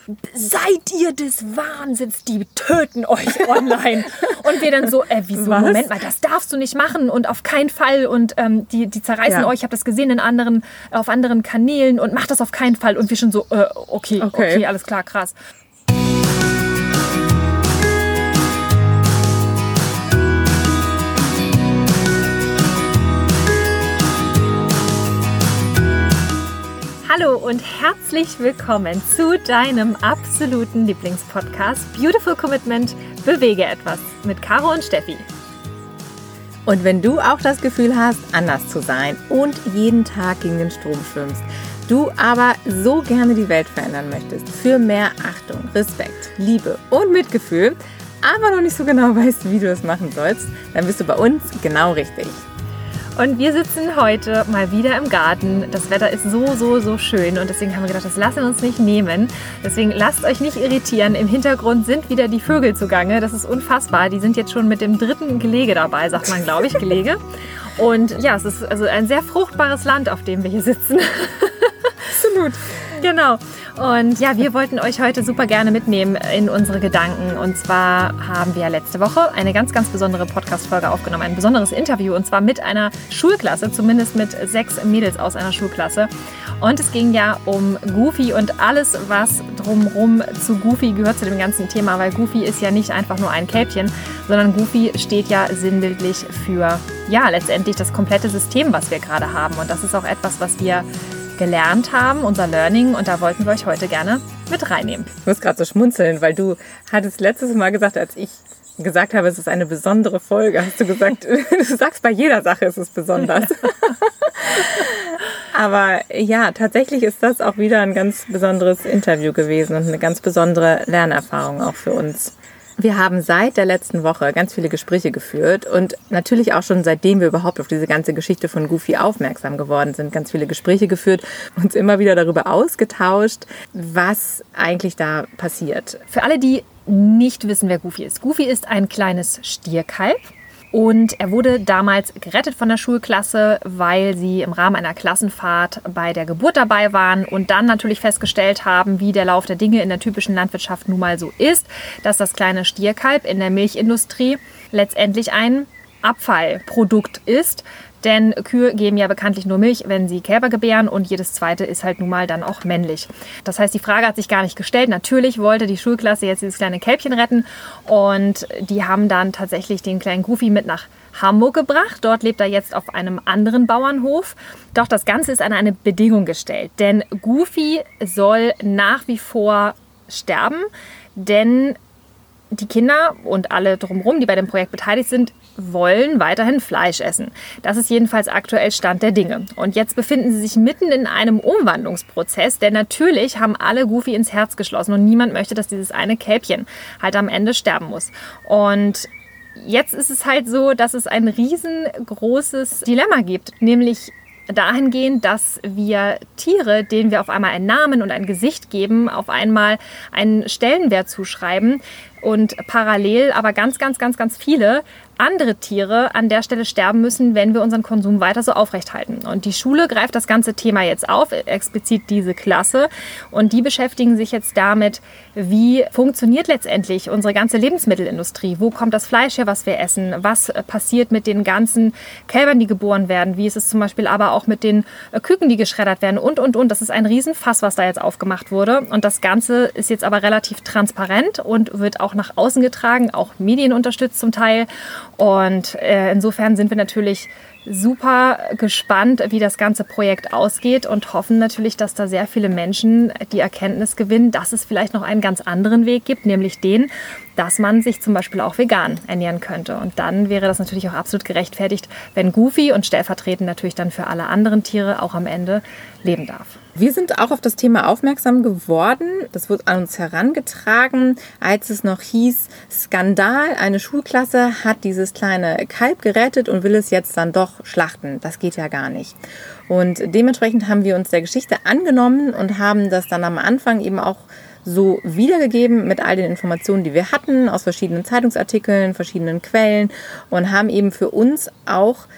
seid ihr des Wahnsinns, die töten euch online. Und wir dann so, wieso, Was? Moment mal, das darfst du nicht machen und auf keinen Fall und die zerreißen euch, ich habe das gesehen auf anderen Kanälen und mach das auf keinen Fall. Und wir schon so, okay, alles klar, krass. Hallo und herzlich willkommen zu deinem absoluten Lieblingspodcast Beautiful Commitment – Bewege etwas mit Caro und Steffi. Und wenn du auch das Gefühl hast, anders zu sein und jeden Tag gegen den Strom schwimmst, du aber so gerne die Welt verändern möchtest für mehr Achtung, Respekt, Liebe und Mitgefühl, aber noch nicht so genau weißt, wie du es machen sollst, dann bist du bei uns genau richtig. Und wir sitzen heute mal wieder im Garten. Das Wetter ist so schön und deswegen haben wir gedacht, das lassen wir uns nicht nehmen. Deswegen lasst euch nicht irritieren. Im Hintergrund sind wieder die Vögel zugange. Das ist unfassbar. Die sind jetzt schon mit dem 3. Gelege dabei, sagt man, glaube ich, Gelege. Und ja, es ist also ein sehr fruchtbares Land, auf dem wir hier sitzen. Absolut. Genau. Und ja, wir wollten euch heute super gerne mitnehmen in unsere Gedanken. Und zwar haben wir ja letzte Woche eine ganz besondere Podcast-Folge aufgenommen, ein besonderes Interview und zwar mit einer Schulklasse, zumindest mit 6 Mädels aus einer Schulklasse. Und es ging ja um Goofy und alles, was drumherum zu Goofy gehört, zu dem ganzen Thema, weil Goofy ist ja nicht einfach nur ein Kälbchen, sondern Goofy steht ja sinnbildlich für, ja, letztendlich das komplette System, was wir gerade haben. Und das ist auch etwas, was wir gelernt haben, unser Learning, und da wollten wir euch heute gerne mit reinnehmen. Ich muss gerade so schmunzeln, weil du hattest letztes Mal gesagt, als ich gesagt habe, es ist eine besondere Folge, hast du gesagt, du sagst, bei jeder Sache ist es besonders. Aber ja, tatsächlich ist das auch wieder ein ganz besonderes Interview gewesen und eine ganz besondere Lernerfahrung auch für uns. Wir haben seit der letzten Woche ganz viele Gespräche geführt und natürlich auch schon seitdem wir überhaupt auf diese ganze Geschichte von Goofy aufmerksam geworden sind, ganz viele Gespräche geführt, uns immer wieder darüber ausgetauscht, was eigentlich da passiert. Für alle, die nicht wissen, wer Goofy ist. Goofy ist ein kleines Stierkalb. Und er wurde damals gerettet von der Schulklasse, weil sie im Rahmen einer Klassenfahrt bei der Geburt dabei waren und dann natürlich festgestellt haben, wie der Lauf der Dinge in der typischen Landwirtschaft nun mal so ist, dass das kleine Stierkalb in der Milchindustrie letztendlich ein Abfallprodukt ist. Denn Kühe geben ja bekanntlich nur Milch, wenn sie Kälber gebären und jedes zweite ist halt nun mal dann auch männlich. Das heißt, die Frage hat sich gar nicht gestellt. Natürlich wollte die Schulklasse jetzt dieses kleine Kälbchen retten und die haben dann tatsächlich den kleinen Goofy mit nach Hamburg gebracht. Dort lebt er jetzt auf einem anderen Bauernhof. Doch das Ganze ist an eine Bedingung gestellt, denn Goofy soll nach wie vor sterben, denn die Kinder und alle drumherum, die bei dem Projekt beteiligt sind, wollen weiterhin Fleisch essen. Das ist jedenfalls aktuell Stand der Dinge. Und jetzt befinden sie sich mitten in einem Umwandlungsprozess, denn natürlich haben alle Goofy ins Herz geschlossen und niemand möchte, dass dieses eine Kälbchen halt am Ende sterben muss. Und jetzt ist es halt so, dass es ein riesengroßes Dilemma gibt, nämlich dahingehend, dass wir Tiere, denen wir auf einmal einen Namen und ein Gesicht geben, auf einmal einen Stellenwert zuschreiben und parallel aber ganz viele andere Tiere an der Stelle sterben müssen, wenn wir unseren Konsum weiter so aufrechthalten. Und die Schule greift das ganze Thema jetzt auf, explizit diese Klasse. Und die beschäftigen sich jetzt damit, wie funktioniert letztendlich unsere ganze Lebensmittelindustrie? Wo kommt das Fleisch her, was wir essen? Was passiert mit den ganzen Kälbern, die geboren werden? Wie ist es zum Beispiel aber auch mit den Küken, die geschreddert werden? Und. Das ist ein Riesenfass, was da jetzt aufgemacht wurde. Und das Ganze ist jetzt aber relativ transparent und wird auch nach außen getragen, auch medienunterstützt zum Teil. Und insofern sind wir natürlich super gespannt, wie das ganze Projekt ausgeht und hoffen natürlich, dass da sehr viele Menschen die Erkenntnis gewinnen, dass es vielleicht noch einen ganz anderen Weg gibt, nämlich den, dass man sich zum Beispiel auch vegan ernähren könnte. Und dann wäre das natürlich auch absolut gerechtfertigt, wenn Goofy und stellvertretend natürlich dann für alle anderen Tiere auch am Ende leben darf. Wir sind auch auf das Thema aufmerksam geworden. Das wurde an uns herangetragen, als es noch hieß, Skandal, eine Schulklasse hat dieses kleine Kalb gerettet und will es jetzt dann doch schlachten. Das geht ja gar nicht. Und dementsprechend haben wir uns der Geschichte angenommen und haben das dann am Anfang eben auch so wiedergegeben mit all den Informationen, die wir hatten, aus verschiedenen Zeitungsartikeln, verschiedenen Quellen und haben eben für uns auch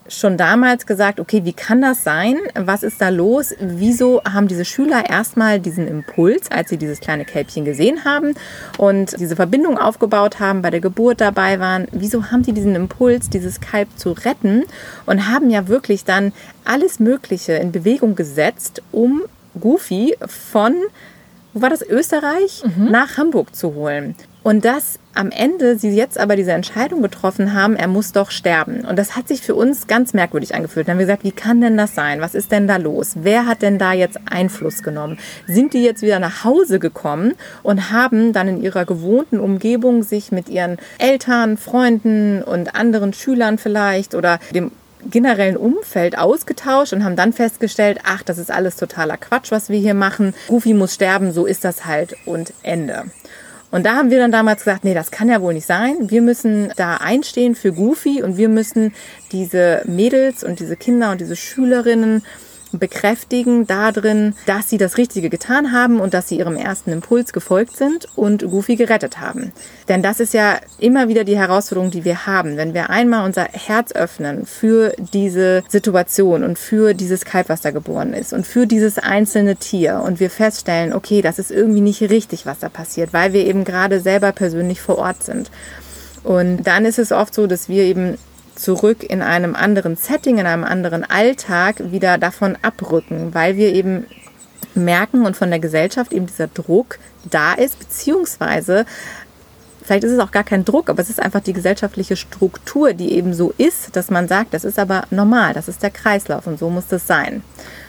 schon damals gesagt, okay, wie kann das sein? Was ist da los? Wieso haben diese Schüler erstmal diesen Impuls, als sie dieses kleine Kälbchen gesehen haben und diese Verbindung aufgebaut haben, bei der Geburt dabei waren, wieso haben die diesen Impuls, dieses Kalb zu retten und haben ja wirklich dann alles Mögliche in Bewegung gesetzt, um Goofy von, wo war das, Österreich, nach Hamburg zu holen. Und dass am Ende sie jetzt aber diese Entscheidung getroffen haben, er muss doch sterben. Und das hat sich für uns ganz merkwürdig angefühlt. Dann haben wir gesagt, wie kann denn das sein? Was ist denn da los? Wer hat denn da jetzt Einfluss genommen? Sind die jetzt wieder nach Hause gekommen und haben dann in ihrer gewohnten Umgebung sich mit ihren Eltern, Freunden und anderen Schülern vielleicht oder dem generellen Umfeld ausgetauscht und haben dann festgestellt, ach, das ist alles totaler Quatsch, was wir hier machen. Goofy muss sterben, so ist das halt und Ende. Und da haben wir dann damals gesagt, nee, das kann ja wohl nicht sein. Wir müssen da einstehen für Goofy und wir müssen diese Mädels und diese Kinder und diese Schülerinnen bekräftigen darin, dass sie das Richtige getan haben und dass sie ihrem ersten Impuls gefolgt sind und Goofy gerettet haben. Denn das ist ja immer wieder die Herausforderung, die wir haben. Wenn wir einmal unser Herz öffnen für diese Situation und für dieses Kalb, was da geboren ist und für dieses einzelne Tier und wir feststellen, okay, das ist irgendwie nicht richtig, was da passiert, weil wir eben gerade selber persönlich vor Ort sind. Und dann ist es oft so, dass wir eben zurück in einem anderen Setting, in einem anderen Alltag wieder davon abrücken, weil wir eben merken und von der Gesellschaft eben dieser Druck da ist, beziehungsweise vielleicht ist es auch gar kein Druck, aber es ist einfach die gesellschaftliche Struktur, die eben so ist, dass man sagt, das ist aber normal, das ist der Kreislauf und so muss das sein.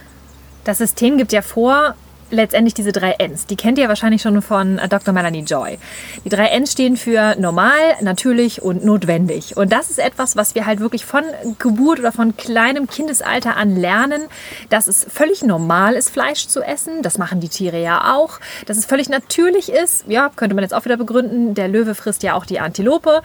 Das System gibt ja vor, letztendlich diese 3 Ns. Die kennt ihr wahrscheinlich schon von Dr. Melanie Joy. Die 3 Ns stehen für normal, natürlich und notwendig. Und das ist etwas, was wir halt wirklich von Geburt oder von kleinem Kindesalter an lernen, dass es völlig normal ist, Fleisch zu essen. Das machen die Tiere ja auch. Dass es völlig natürlich ist, ja, könnte man jetzt auch wieder begründen, der Löwe frisst ja auch die Antilope.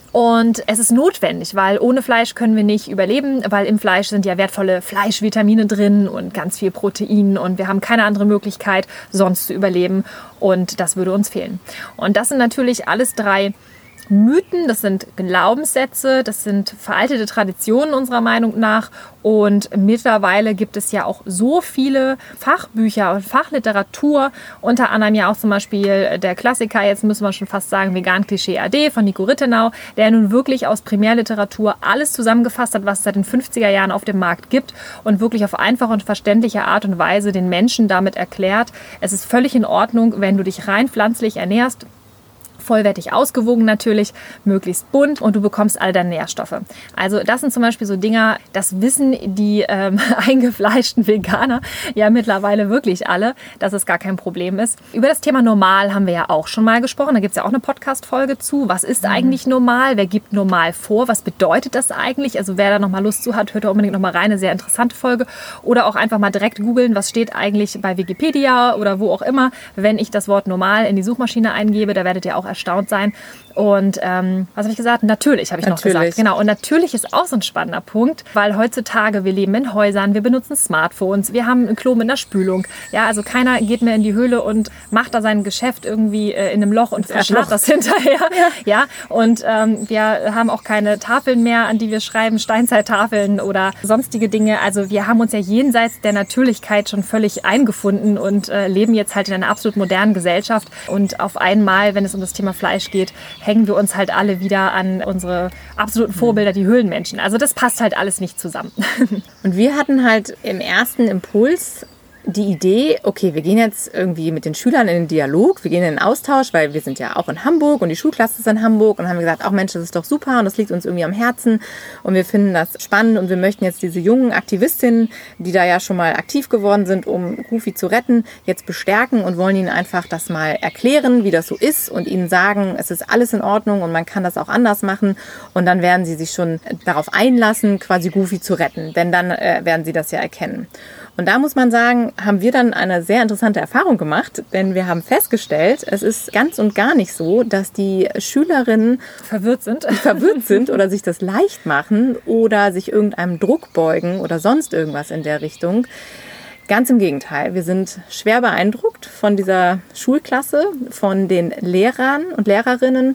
Und es ist notwendig, weil ohne Fleisch können wir nicht überleben, weil im Fleisch sind ja wertvolle Fleischvitamine drin und ganz viel Protein und wir haben keine andere Möglichkeit, sonst zu überleben und das würde uns fehlen. Und das sind natürlich alles 3 Mythen, das sind Glaubenssätze, das sind veraltete Traditionen unserer Meinung nach und mittlerweile gibt es ja auch so viele Fachbücher und Fachliteratur, unter anderem ja auch zum Beispiel der Klassiker, jetzt müssen wir schon fast sagen, Vegan Klischee AD von Nico Rittenau, der nun wirklich aus Primärliteratur alles zusammengefasst hat, was es seit den 50er Jahren auf dem Markt gibt und wirklich auf einfache und verständliche Art und Weise den Menschen damit erklärt, es ist völlig in Ordnung, wenn du dich rein pflanzlich ernährst, vollwertig ausgewogen natürlich, möglichst bunt und du bekommst all deine Nährstoffe. Also das sind zum Beispiel so Dinger, das wissen die eingefleischten Veganer ja mittlerweile wirklich alle, dass es gar kein Problem ist. Über das Thema normal haben wir ja auch schon mal gesprochen. Da gibt es ja auch eine Podcast-Folge zu. Was ist eigentlich normal? Wer gibt normal vor? Was bedeutet das eigentlich? Also wer da nochmal Lust zu hat, hört da unbedingt nochmal rein. Eine sehr interessante Folge. Oder auch einfach mal direkt googeln, was steht eigentlich bei Wikipedia oder wo auch immer, wenn ich das Wort normal in die Suchmaschine eingebe. Da werdet ihr auch erstaunt sein. Und was habe ich gesagt? Natürlich habe ich noch gesagt. Genau. Und natürlich ist auch so ein spannender Punkt, weil heutzutage wir leben in Häusern, wir benutzen Smartphones, wir haben ein Klo mit einer Spülung. Ja, also keiner geht mehr in die Höhle und macht da sein Geschäft irgendwie in einem Loch und verscharrt das hinterher. Ja. Und wir haben auch keine Tafeln mehr, an die wir schreiben, Steinzeittafeln oder sonstige Dinge. Also wir haben uns ja jenseits der Natürlichkeit schon völlig eingefunden und leben jetzt halt in einer absolut modernen Gesellschaft. Und auf einmal, wenn es um das Thema Fleisch geht, hängen wir uns halt alle wieder an unsere absoluten Vorbilder, die Höhlenmenschen. Also das passt halt alles nicht zusammen. Und wir hatten halt im ersten Impuls die Idee, okay, wir gehen jetzt irgendwie mit den Schülern in den Dialog, wir gehen in den Austausch, weil wir sind ja auch in Hamburg und die Schulklasse ist in Hamburg und haben gesagt, ach Mensch, das ist doch super und das liegt uns irgendwie am Herzen und wir finden das spannend und wir möchten jetzt diese jungen Aktivistinnen, die da ja schon mal aktiv geworden sind, um Goofy zu retten, jetzt bestärken und wollen ihnen einfach das mal erklären, wie das so ist und ihnen sagen, es ist alles in Ordnung und man kann das auch anders machen und dann werden sie sich schon darauf einlassen, quasi Goofy zu retten, denn dann werden sie das ja erkennen. Und da muss man sagen, haben wir dann eine sehr interessante Erfahrung gemacht, denn wir haben festgestellt, es ist ganz und gar nicht so, dass die Schülerinnen verwirrt sind oder sich das leicht machen oder sich irgendeinem Druck beugen oder sonst irgendwas in der Richtung. Ganz im Gegenteil, wir sind schwer beeindruckt von dieser Schulklasse, von den Lehrern und Lehrerinnen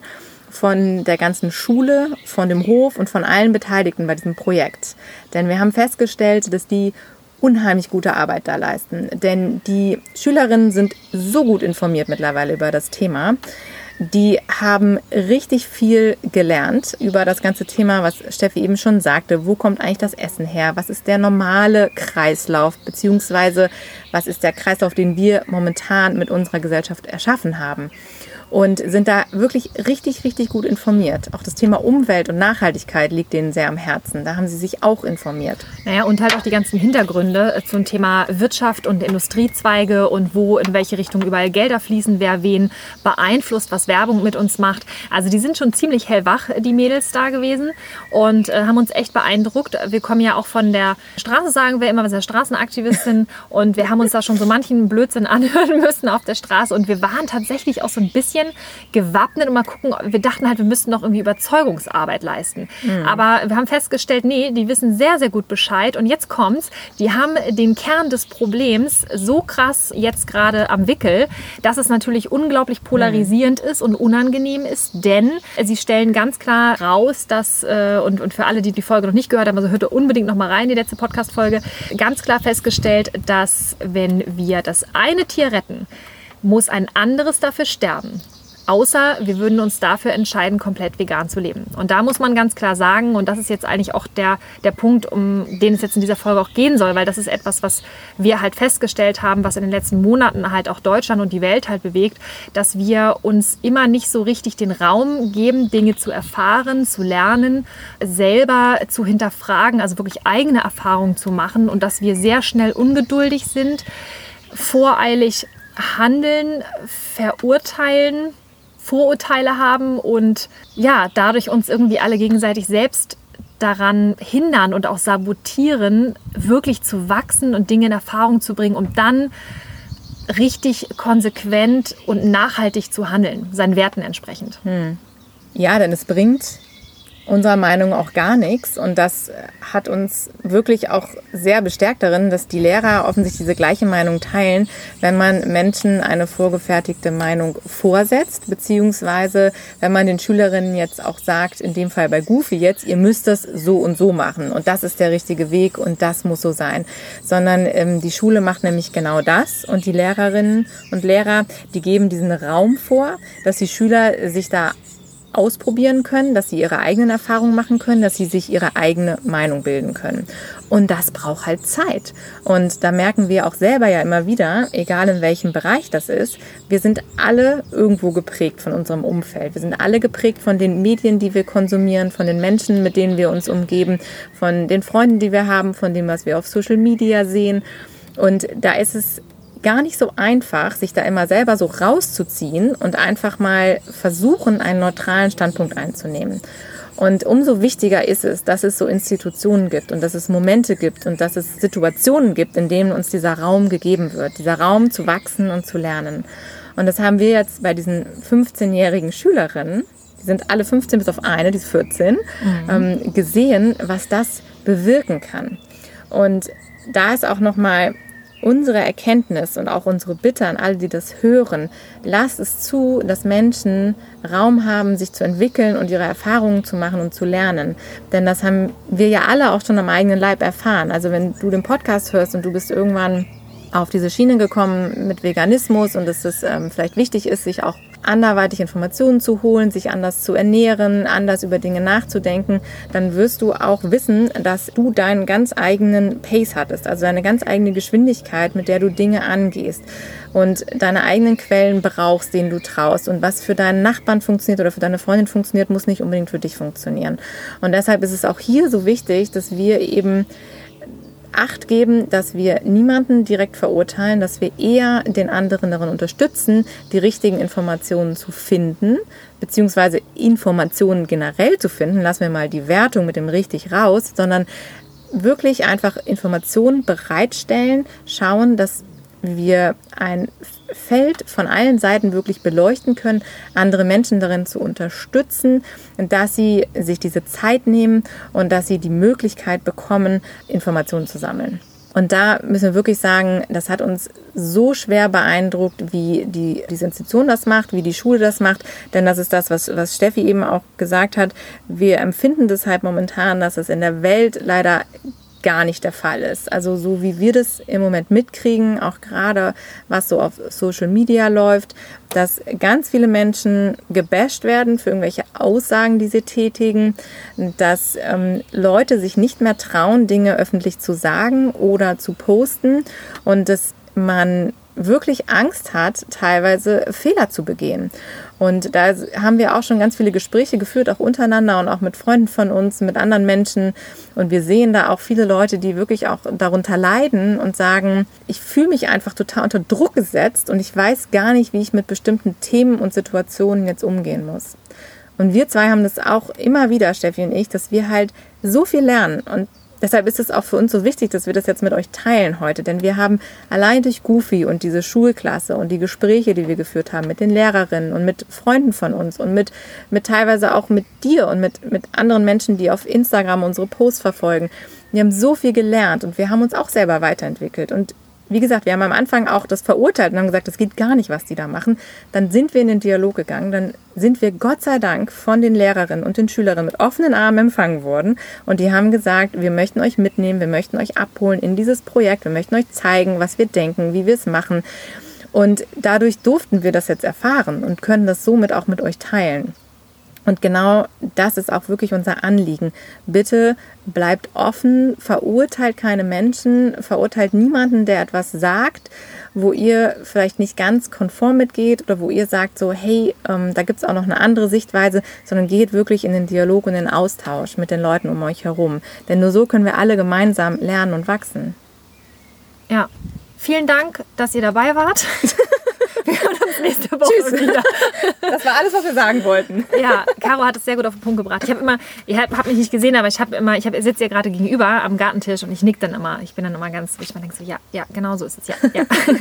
von der ganzen Schule, von dem Hof und von allen Beteiligten bei diesem Projekt. Denn wir haben festgestellt, dass die unheimlich gute Arbeit da leisten. Denn die Schülerinnen sind so gut informiert mittlerweile über das Thema. Die haben richtig viel gelernt über das ganze Thema, was Steffi eben schon sagte. Wo kommt eigentlich das Essen her? Was ist der normale Kreislauf? Beziehungsweise was ist der Kreislauf, den wir momentan mit unserer Gesellschaft erschaffen haben? Und sind da wirklich richtig, richtig gut informiert. Auch das Thema Umwelt und Nachhaltigkeit liegt denen sehr am Herzen. Da haben sie sich auch informiert. Naja, und halt auch die ganzen Hintergründe zum Thema Wirtschaft und Industriezweige und wo, in welche Richtung überall Gelder fließen, wer wen beeinflusst, was Werbung mit uns macht. Also die sind schon ziemlich hellwach, die Mädels da gewesen, und haben uns echt beeindruckt. Wir kommen ja auch von der Straße, sagen wir immer, wir sind Straßenaktivistin, und wir haben uns da schon so manchen Blödsinn anhören müssen auf der Straße, und wir waren tatsächlich auch so ein bisschen gewappnet und mal gucken, wir dachten halt, wir müssten noch irgendwie Überzeugungsarbeit leisten. Aber wir haben festgestellt, nee, die wissen sehr, sehr gut Bescheid, und jetzt kommt's, die haben den Kern des Problems so krass jetzt gerade am Wickel, dass es natürlich unglaublich polarisierend ist und unangenehm ist, denn sie stellen ganz klar raus, dass, und für alle, die die Folge noch nicht gehört haben, also hört unbedingt noch mal rein, die letzte Podcast-Folge, ganz klar festgestellt, dass wenn wir das eine Tier retten, muss ein anderes dafür sterben. Außer wir würden uns dafür entscheiden, komplett vegan zu leben. Und da muss man ganz klar sagen, und das ist jetzt eigentlich auch der Punkt, um den es jetzt in dieser Folge auch gehen soll, weil das ist etwas, was wir halt festgestellt haben, was in den letzten Monaten halt auch Deutschland und die Welt halt bewegt, dass wir uns immer nicht so richtig den Raum geben, Dinge zu erfahren, zu lernen, selber zu hinterfragen, also wirklich eigene Erfahrungen zu machen, und dass wir sehr schnell ungeduldig sind, voreilig handeln, verurteilen, Vorurteile haben und ja, dadurch uns irgendwie alle gegenseitig selbst daran hindern und auch sabotieren, wirklich zu wachsen und Dinge in Erfahrung zu bringen, um dann richtig konsequent und nachhaltig zu handeln, seinen Werten entsprechend. Ja, denn es bringt unserer Meinung auch gar nichts. Und das hat uns wirklich auch sehr bestärkt darin, dass die Lehrer offensichtlich diese gleiche Meinung teilen, wenn man Menschen eine vorgefertigte Meinung vorsetzt, beziehungsweise wenn man den Schülerinnen jetzt auch sagt, in dem Fall bei Goofy jetzt, ihr müsst das so und so machen und das ist der richtige Weg und das muss so sein. Sondern die Schule macht nämlich genau das, und die Lehrerinnen und Lehrer, die geben diesen Raum vor, dass die Schüler sich da ausprobieren können, dass sie ihre eigenen Erfahrungen machen können, dass sie sich ihre eigene Meinung bilden können. Und das braucht halt Zeit. Und da merken wir auch selber ja immer wieder, egal in welchem Bereich das ist, wir sind alle irgendwo geprägt von unserem Umfeld. Wir sind alle geprägt von den Medien, die wir konsumieren, von den Menschen, mit denen wir uns umgeben, von den Freunden, die wir haben, von dem, was wir auf Social Media sehen. Und da ist es gar nicht so einfach, sich da immer selber so rauszuziehen und einfach mal versuchen, einen neutralen Standpunkt einzunehmen. Und umso wichtiger ist es, dass es so Institutionen gibt und dass es Momente gibt und dass es Situationen gibt, in denen uns dieser Raum gegeben wird, dieser Raum zu wachsen und zu lernen. Und das haben wir jetzt bei diesen 15-jährigen Schülerinnen, die sind alle 15 bis auf eine, die ist 14, gesehen, was das bewirken kann. Und da ist auch nochmal unsere Erkenntnis und auch unsere Bitte an alle, die das hören, lasst es zu, dass Menschen Raum haben, sich zu entwickeln und ihre Erfahrungen zu machen und zu lernen. Denn das haben wir ja alle auch schon am eigenen Leib erfahren. Also wenn du den Podcast hörst und du bist irgendwann auf diese Schiene gekommen mit Veganismus und dass es vielleicht wichtig ist, sich auch anderweitig Informationen zu holen, sich anders zu ernähren, anders über Dinge nachzudenken, dann wirst du auch wissen, dass du deinen ganz eigenen Pace hattest, also deine ganz eigene Geschwindigkeit, mit der du Dinge angehst und deine eigenen Quellen brauchst, denen du traust. Und was für deinen Nachbarn funktioniert oder für deine Freundin funktioniert, muss nicht unbedingt für dich funktionieren. Und deshalb ist es auch hier so wichtig, dass wir eben Acht geben, dass wir niemanden direkt verurteilen, dass wir eher den anderen darin unterstützen, die richtigen Informationen zu finden, beziehungsweise Informationen generell zu finden. Lassen wir mal die Wertung mit dem richtig raus, sondern wirklich einfach Informationen bereitstellen, schauen, dass wir ein Feld von allen Seiten wirklich beleuchten können, andere Menschen darin zu unterstützen, dass sie sich diese Zeit nehmen und dass sie die Möglichkeit bekommen, Informationen zu sammeln. Und da müssen wir wirklich sagen, das hat uns so schwer beeindruckt, wie diese Institution das macht, wie die Schule das macht. Denn das ist das, was Steffi eben auch gesagt hat. Wir empfinden das halt momentan, dass es in der Welt leider gar nicht der Fall ist. Also so wie wir das im Moment mitkriegen, auch gerade was so auf Social Media läuft, dass ganz viele Menschen gebasht werden für irgendwelche Aussagen, die sie tätigen, dass Leute sich nicht mehr trauen, Dinge öffentlich zu sagen oder zu posten und dass man wirklich Angst hat, teilweise Fehler zu begehen. Und da haben wir auch schon ganz viele Gespräche geführt, auch untereinander und auch mit Freunden von uns, mit anderen Menschen. Und wir sehen da auch viele Leute, die wirklich auch darunter leiden und sagen, ich fühle mich einfach total unter Druck gesetzt und ich weiß gar nicht, wie ich mit bestimmten Themen und Situationen jetzt umgehen muss. Und wir zwei haben das auch immer wieder, Steffi und ich, dass wir halt so viel lernen. Und deshalb ist es auch für uns so wichtig, dass wir das jetzt mit euch teilen heute. Denn wir haben allein durch Goofy und diese Schulklasse und die Gespräche, die wir geführt haben mit den Lehrerinnen und mit Freunden von uns und mit teilweise auch mit dir und mit anderen Menschen, die auf Instagram unsere Posts verfolgen. Wir haben so viel gelernt und wir haben uns auch selber weiterentwickelt. Und wie gesagt, wir haben am Anfang auch das verurteilt und haben gesagt, das geht gar nicht, was die da machen. Dann sind wir in den Dialog gegangen. Dann sind wir Gott sei Dank von den Lehrerinnen und den Schülerinnen mit offenen Armen empfangen worden. Und die haben gesagt, wir möchten euch mitnehmen, wir möchten euch abholen in dieses Projekt. Wir möchten euch zeigen, was wir denken, wie wir es machen. Und dadurch durften wir das jetzt erfahren und können das somit auch mit euch teilen. Und genau das ist auch wirklich unser Anliegen. Bitte bleibt offen, verurteilt keine Menschen, verurteilt niemanden, der etwas sagt, wo ihr vielleicht nicht ganz konform mitgeht oder wo ihr sagt so, hey, da gibt es auch noch eine andere Sichtweise, sondern geht wirklich in den Dialog und den Austausch mit den Leuten um euch herum. Denn nur so können wir alle gemeinsam lernen und wachsen. Ja, vielen Dank, dass ihr dabei wart. Wir hören uns nächste Woche wieder. Das war alles, was wir sagen wollten. Ja, Caro hat es sehr gut auf den Punkt gebracht. Ich hab mich nicht gesehen, aber ich sitze ihr gerade gegenüber am Gartentisch und ich nick dann immer. Ich bin dann immer ganz, ich denke so, ja, genau so ist es, ja.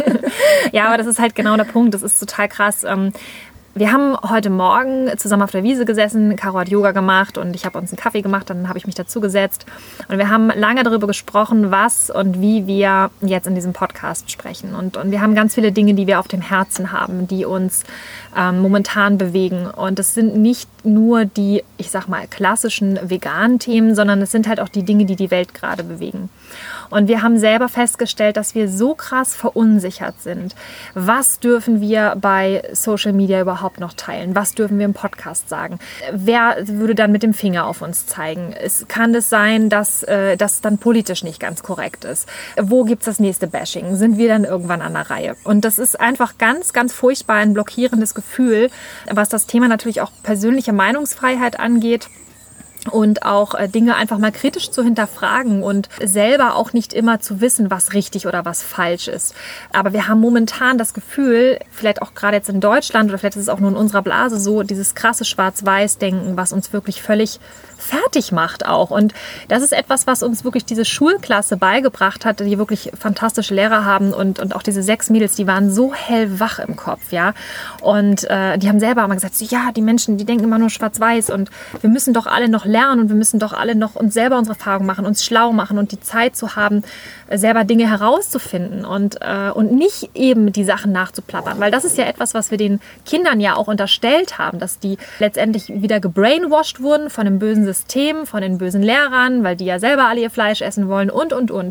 Ja, aber das ist halt genau der Punkt. Das ist total krass. Wir haben heute Morgen zusammen auf der Wiese gesessen, Caro hat Yoga gemacht und ich habe uns einen Kaffee gemacht, dann habe ich mich dazu gesetzt und wir haben lange darüber gesprochen, was und wie wir jetzt in diesem Podcast sprechen und wir haben ganz viele Dinge, die wir auf dem Herzen haben, die uns momentan bewegen und es sind nicht nur die, ich sag mal, klassischen veganen Themen, sondern es sind halt auch die Dinge, die die Welt gerade bewegen. Und wir haben selber festgestellt, dass wir so krass verunsichert sind. Was dürfen wir bei Social Media überhaupt noch teilen? Was dürfen wir im Podcast sagen? Wer würde dann mit dem Finger auf uns zeigen? Kann es sein, dass das dann politisch nicht ganz korrekt ist? Wo gibt es das nächste Bashing? Sind wir dann irgendwann an der Reihe? Und das ist einfach ganz, ganz furchtbar ein blockierendes Gefühl, was das Thema natürlich auch persönliche Meinungsfreiheit angeht. Und auch Dinge einfach mal kritisch zu hinterfragen und selber auch nicht immer zu wissen, was richtig oder was falsch ist. Aber wir haben momentan das Gefühl, vielleicht auch gerade jetzt in Deutschland oder vielleicht ist es auch nur in unserer Blase so, dieses krasse Schwarz-Weiß-Denken, was uns wirklich völlig fertig macht auch. Und das ist etwas, was uns wirklich diese Schulklasse beigebracht hat, die wirklich fantastische Lehrer haben und auch diese 6 Mädels, die waren so hellwach im Kopf, ja. Und die haben selber immer gesagt, so, ja, die Menschen, die denken immer nur schwarz-weiß und wir müssen doch alle noch lernen und wir müssen doch alle noch uns selber unsere Erfahrungen machen, uns schlau machen und die Zeit zu haben, selber Dinge herauszufinden und nicht eben die Sachen nachzuplappern. Weil das ist ja etwas, was wir den Kindern ja auch unterstellt haben, dass die letztendlich wieder gebrainwashed wurden von dem bösen System, von den bösen Lehrern, weil die ja selber alle ihr Fleisch essen wollen und.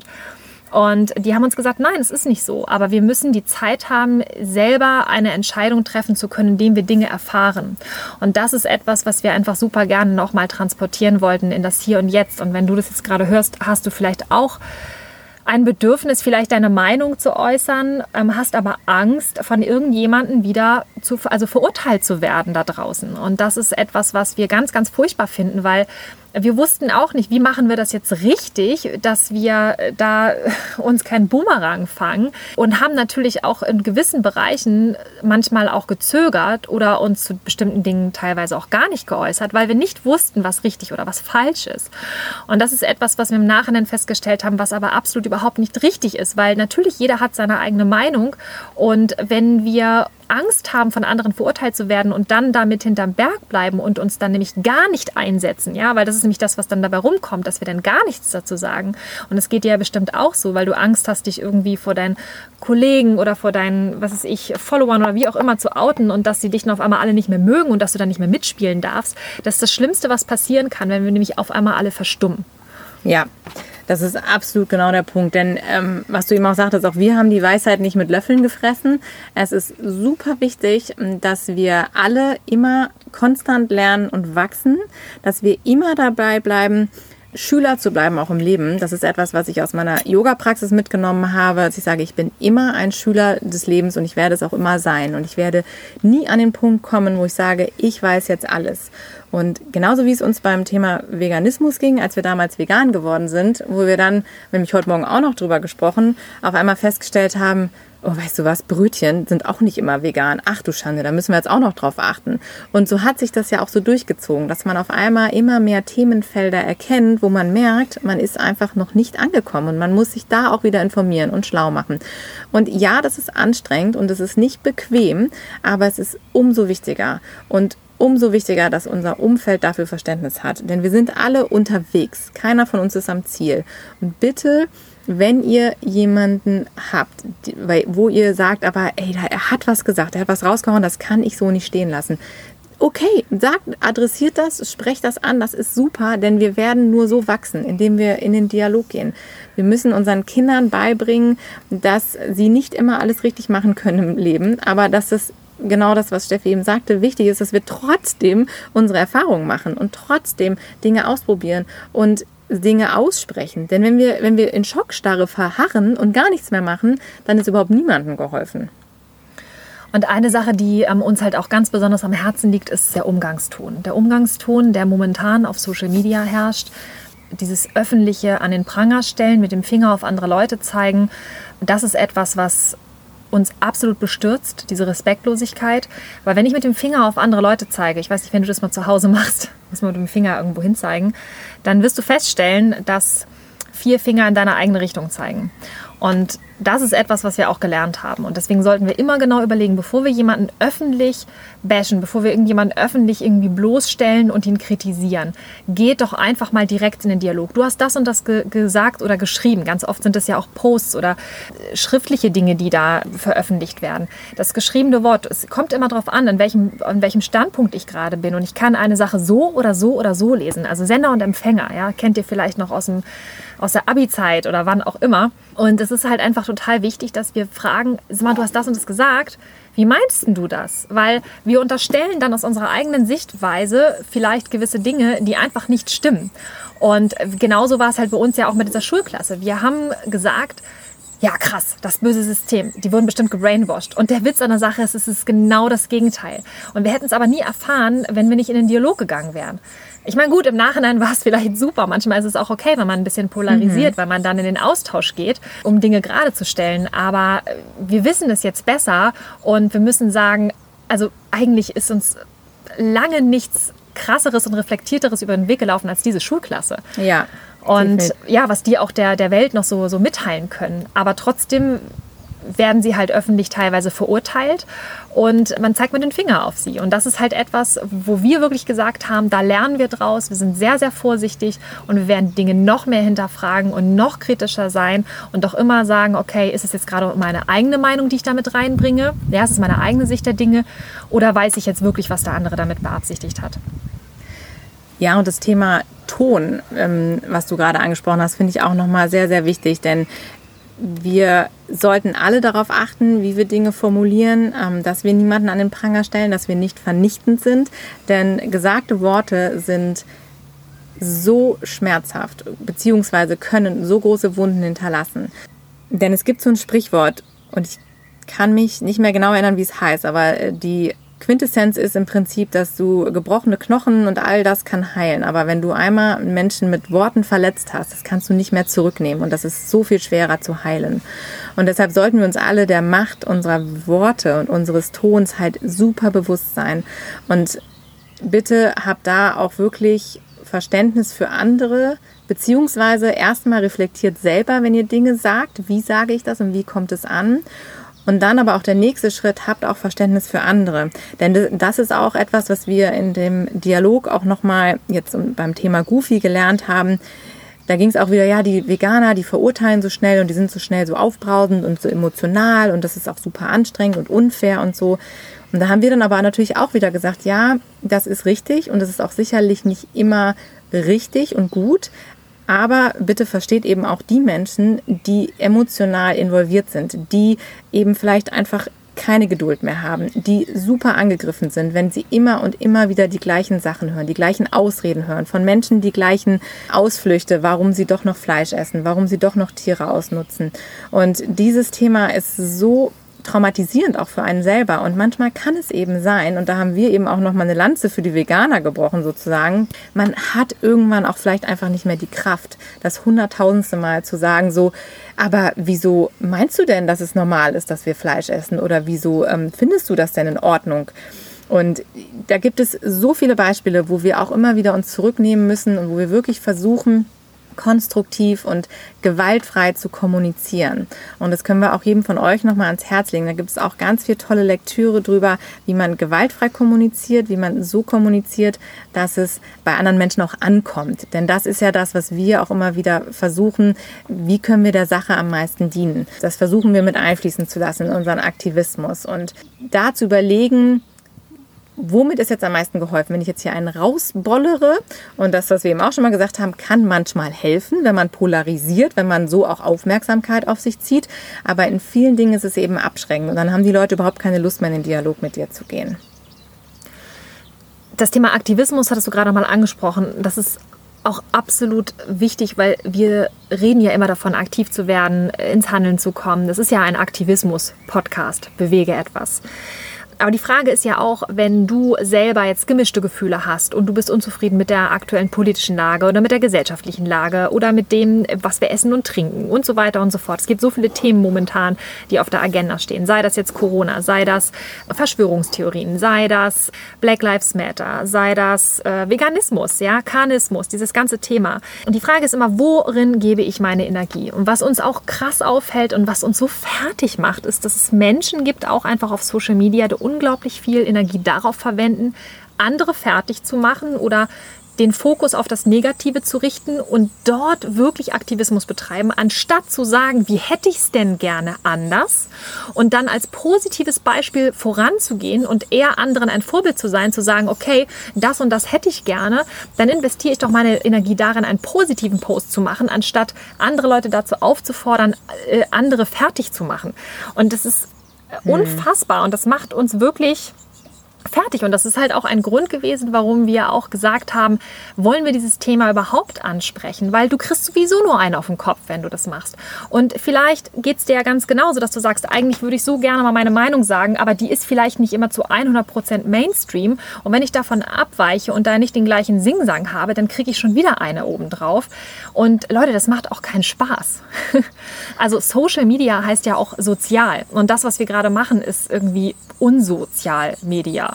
Und die haben uns gesagt, nein, es ist nicht so. Aber wir müssen die Zeit haben, selber eine Entscheidung treffen zu können, indem wir Dinge erfahren. Und das ist etwas, was wir einfach super gerne nochmal transportieren wollten in das Hier und Jetzt. Und wenn du das jetzt gerade hörst, hast du vielleicht auch ein Bedürfnis, vielleicht deine Meinung zu äußern, hast aber Angst, von irgendjemandem wieder verurteilt zu werden da draußen. Und das ist etwas, was wir ganz, ganz furchtbar finden, weil wir wussten auch nicht, wie machen wir das jetzt richtig, dass wir da uns keinen Bumerang fangen und haben natürlich auch in gewissen Bereichen manchmal auch gezögert oder uns zu bestimmten Dingen teilweise auch gar nicht geäußert, weil wir nicht wussten, was richtig oder was falsch ist. Und das ist etwas, was wir im Nachhinein festgestellt haben, was aber absolut überhaupt nicht richtig ist, weil natürlich jeder hat seine eigene Meinung und wenn wir Angst haben, von anderen verurteilt zu werden und dann damit hinterm Berg bleiben und uns dann nämlich gar nicht einsetzen, ja, weil das ist nämlich das, was dann dabei rumkommt, dass wir dann gar nichts dazu sagen. Und es geht dir ja bestimmt auch so, weil du Angst hast, dich irgendwie vor deinen Kollegen oder vor deinen, was weiß ich, Followern oder wie auch immer zu outen und dass sie dich dann auf einmal alle nicht mehr mögen und dass du dann nicht mehr mitspielen darfst. Das ist das Schlimmste, was passieren kann, wenn wir nämlich auf einmal alle verstummen. Ja, das ist absolut genau der Punkt. Denn was du eben auch sagtest, auch wir haben die Weisheit nicht mit Löffeln gefressen. Es ist super wichtig, dass wir alle immer konstant lernen und wachsen, dass wir immer dabei bleiben, Schüler zu bleiben, auch im Leben. Das ist etwas, was ich aus meiner Yoga-Praxis mitgenommen habe. Dass ich sage, ich bin immer ein Schüler des Lebens und ich werde es auch immer sein. Und ich werde nie an den Punkt kommen, wo ich sage, ich weiß jetzt alles. Und genauso wie es uns beim Thema Veganismus ging, als wir damals vegan geworden sind, wo wir dann, wir haben mich heute Morgen auch noch drüber gesprochen, auf einmal festgestellt haben, oh, weißt du was, Brötchen sind auch nicht immer vegan. Ach du Schande, da müssen wir jetzt auch noch drauf achten. Und so hat sich das ja auch so durchgezogen, dass man auf einmal immer mehr Themenfelder erkennt, wo man merkt, man ist einfach noch nicht angekommen und man muss sich da auch wieder informieren und schlau machen. Und ja, das ist anstrengend und es ist nicht bequem, aber es ist umso wichtiger und umso wichtiger, dass unser Umfeld dafür Verständnis hat. Denn wir sind alle unterwegs. Keiner von uns ist am Ziel. Und bitte, wenn ihr jemanden habt, wo ihr sagt, aber ey, er hat was gesagt, er hat was rausgehauen, das kann ich so nicht stehen lassen. Okay, adressiert das, sprecht das an, das ist super, denn wir werden nur so wachsen, indem wir in den Dialog gehen. Wir müssen unseren Kindern beibringen, dass sie nicht immer alles richtig machen können im Leben, aber dass es genau das, was Steffi eben sagte, wichtig ist, dass wir trotzdem unsere Erfahrungen machen und trotzdem Dinge ausprobieren und Dinge aussprechen. Denn wenn wir in Schockstarre verharren und gar nichts mehr machen, dann ist überhaupt niemandem geholfen. Und eine Sache, die uns halt auch ganz besonders am Herzen liegt, ist der Umgangston. Der Umgangston, der momentan auf Social Media herrscht, dieses öffentliche an den Pranger stellen, mit dem Finger auf andere Leute zeigen, das ist etwas, was uns absolut bestürzt, diese Respektlosigkeit. Weil wenn ich mit dem Finger auf andere Leute zeige, ich weiß nicht, wenn du das mal zu Hause machst, muss man mit dem Finger irgendwo hin zeigen, dann wirst du feststellen, dass 4 Finger in deine eigene Richtung zeigen. Und das ist etwas, was wir auch gelernt haben. Und deswegen sollten wir immer genau überlegen, bevor wir jemanden öffentlich bashen, bevor wir irgendjemanden öffentlich irgendwie bloßstellen und ihn kritisieren, geht doch einfach mal direkt in den Dialog. Du hast das und das gesagt oder geschrieben. Ganz oft sind es ja auch Posts oder schriftliche Dinge, die da veröffentlicht werden. Das geschriebene Wort, es kommt immer darauf an welchem Standpunkt ich gerade bin. Und ich kann eine Sache so oder so oder so lesen. Also Sender und Empfänger, ja, kennt ihr vielleicht noch aus der Abi-Zeit oder wann auch immer. Und es ist halt einfach total wichtig, dass wir fragen, sag mal, du hast das und das gesagt, wie meinst du das? Weil wir unterstellen dann aus unserer eigenen Sichtweise vielleicht gewisse Dinge, die einfach nicht stimmen. Und genauso war es halt bei uns ja auch mit dieser Schulklasse. Wir haben gesagt, ja krass, das böse System, die wurden bestimmt gebrainwashed. Und der Witz an der Sache ist, es ist genau das Gegenteil. Und wir hätten es aber nie erfahren, wenn wir nicht in den Dialog gegangen wären. Ich meine, gut, im Nachhinein war es vielleicht super. Manchmal ist es auch okay, wenn man ein bisschen polarisiert, weil man dann in den Austausch geht, um Dinge gerade zu stellen. Aber wir wissen es jetzt besser und wir müssen sagen, also eigentlich ist uns lange nichts Krasseres und Reflektierteres über den Weg gelaufen als diese Schulklasse. Ja. Und ja, was die auch der Welt noch so mitteilen können. Aber trotzdem werden sie halt öffentlich teilweise verurteilt und man zeigt mit dem Finger auf sie. Und das ist halt etwas, wo wir wirklich gesagt haben, da lernen wir draus, wir sind sehr, sehr vorsichtig und wir werden Dinge noch mehr hinterfragen und noch kritischer sein und doch immer sagen, okay, ist es jetzt gerade meine eigene Meinung, die ich damit reinbringe? Ja, ist es meine eigene Sicht der Dinge oder weiß ich jetzt wirklich, was der andere damit beabsichtigt hat? Ja, und das Thema Ton, was du gerade angesprochen hast, finde ich auch nochmal sehr, sehr wichtig, denn wir sollten alle darauf achten, wie wir Dinge formulieren, dass wir niemanden an den Pranger stellen, dass wir nicht vernichtend sind, denn gesagte Worte sind so schmerzhaft, beziehungsweise können so große Wunden hinterlassen. Denn es gibt so ein Sprichwort, und ich kann mich nicht mehr genau erinnern, wie es heißt, aber die Quintessenz ist im Prinzip, dass du gebrochene Knochen und all das kann heilen. Aber wenn du einmal Menschen mit Worten verletzt hast, das kannst du nicht mehr zurücknehmen. Und das ist so viel schwerer zu heilen. Und deshalb sollten wir uns alle der Macht unserer Worte und unseres Tons halt super bewusst sein. Und bitte habt da auch wirklich Verständnis für andere, beziehungsweise erstmal reflektiert selber, wenn ihr Dinge sagt, wie sage ich das und wie kommt es an? Und dann aber auch der nächste Schritt, habt auch Verständnis für andere. Denn das ist auch etwas, was wir in dem Dialog auch nochmal jetzt beim Thema Goofy gelernt haben. Da ging es auch wieder, ja, die Veganer, die verurteilen so schnell und die sind so schnell so aufbrausend und so emotional und das ist auch super anstrengend und unfair und so. Und da haben wir dann aber natürlich auch wieder gesagt, ja, das ist richtig und das ist auch sicherlich nicht immer richtig und gut. Aber bitte versteht eben auch die Menschen, die emotional involviert sind, die eben vielleicht einfach keine Geduld mehr haben, die super angegriffen sind, wenn sie immer und immer wieder die gleichen Sachen hören, die gleichen Ausreden hören, von Menschen die gleichen Ausflüchte, warum sie doch noch Fleisch essen, warum sie doch noch Tiere ausnutzen. Und dieses Thema ist so traumatisierend auch für einen selber. Und manchmal kann es eben sein, und da haben wir eben auch nochmal eine Lanze für die Veganer gebrochen sozusagen, man hat irgendwann auch vielleicht einfach nicht mehr die Kraft, das 100.000. Mal zu sagen so, aber wieso meinst du denn, dass es normal ist, dass wir Fleisch essen? Oder wieso findest du das denn in Ordnung? Und da gibt es so viele Beispiele, wo wir auch immer wieder uns zurücknehmen müssen und wo wir wirklich versuchen, konstruktiv und gewaltfrei zu kommunizieren. Und das können wir auch jedem von euch nochmal ans Herz legen. Da gibt es auch ganz viel tolle Lektüre drüber, wie man gewaltfrei kommuniziert, wie man so kommuniziert, dass es bei anderen Menschen auch ankommt. Denn das ist ja das, was wir auch immer wieder versuchen, wie können wir der Sache am meisten dienen. Das versuchen wir mit einfließen zu lassen in unseren Aktivismus. Und da zu überlegen, womit ist jetzt am meisten geholfen? Wenn ich jetzt hier einen rausbollere, und das, was wir eben auch schon mal gesagt haben, kann manchmal helfen, wenn man polarisiert, wenn man so auch Aufmerksamkeit auf sich zieht. Aber in vielen Dingen ist es eben abschreckend. Und dann haben die Leute überhaupt keine Lust mehr, in den Dialog mit dir zu gehen. Das Thema Aktivismus hattest du gerade noch mal angesprochen. Das ist auch absolut wichtig, weil wir reden ja immer davon, aktiv zu werden, ins Handeln zu kommen. Das ist ja ein Aktivismus-Podcast, bewege etwas. Aber die Frage ist ja auch, wenn du selber jetzt gemischte Gefühle hast und du bist unzufrieden mit der aktuellen politischen Lage oder mit der gesellschaftlichen Lage oder mit dem, was wir essen und trinken und so weiter und so fort. Es gibt so viele Themen momentan, die auf der Agenda stehen. Sei das jetzt Corona, sei das Verschwörungstheorien, sei das Black Lives Matter, sei das Veganismus, ja, Carnismus, dieses ganze Thema. Und die Frage ist immer, worin gebe ich meine Energie? Und was uns auch krass auffällt und was uns so fertig macht, ist, dass es Menschen gibt, auch einfach auf Social Media, die unglaublich viel Energie darauf verwenden, andere fertig zu machen oder den Fokus auf das Negative zu richten und dort wirklich Aktivismus betreiben, anstatt zu sagen, wie hätte ich es denn gerne anders und dann als positives Beispiel voranzugehen und eher anderen ein Vorbild zu sein, zu sagen, okay, das und das hätte ich gerne, dann investiere ich doch meine Energie darin, einen positiven Post zu machen, anstatt andere Leute dazu aufzufordern, andere fertig zu machen. Und das ist unfassbar und das macht uns wirklich fertig. Und das ist halt auch ein Grund gewesen, warum wir auch gesagt haben, wollen wir dieses Thema überhaupt ansprechen? Weil du kriegst sowieso nur einen auf den Kopf, wenn du das machst. Und vielleicht geht es dir ja ganz genauso, dass du sagst, eigentlich würde ich so gerne mal meine Meinung sagen, aber die ist vielleicht nicht immer zu 100% Mainstream. Und wenn ich davon abweiche und da nicht den gleichen Singsang habe, dann kriege ich schon wieder eine obendrauf. Und Leute, das macht auch keinen Spaß. Also Social Media heißt ja auch sozial. Und das, was wir gerade machen, ist irgendwie unsozial Media.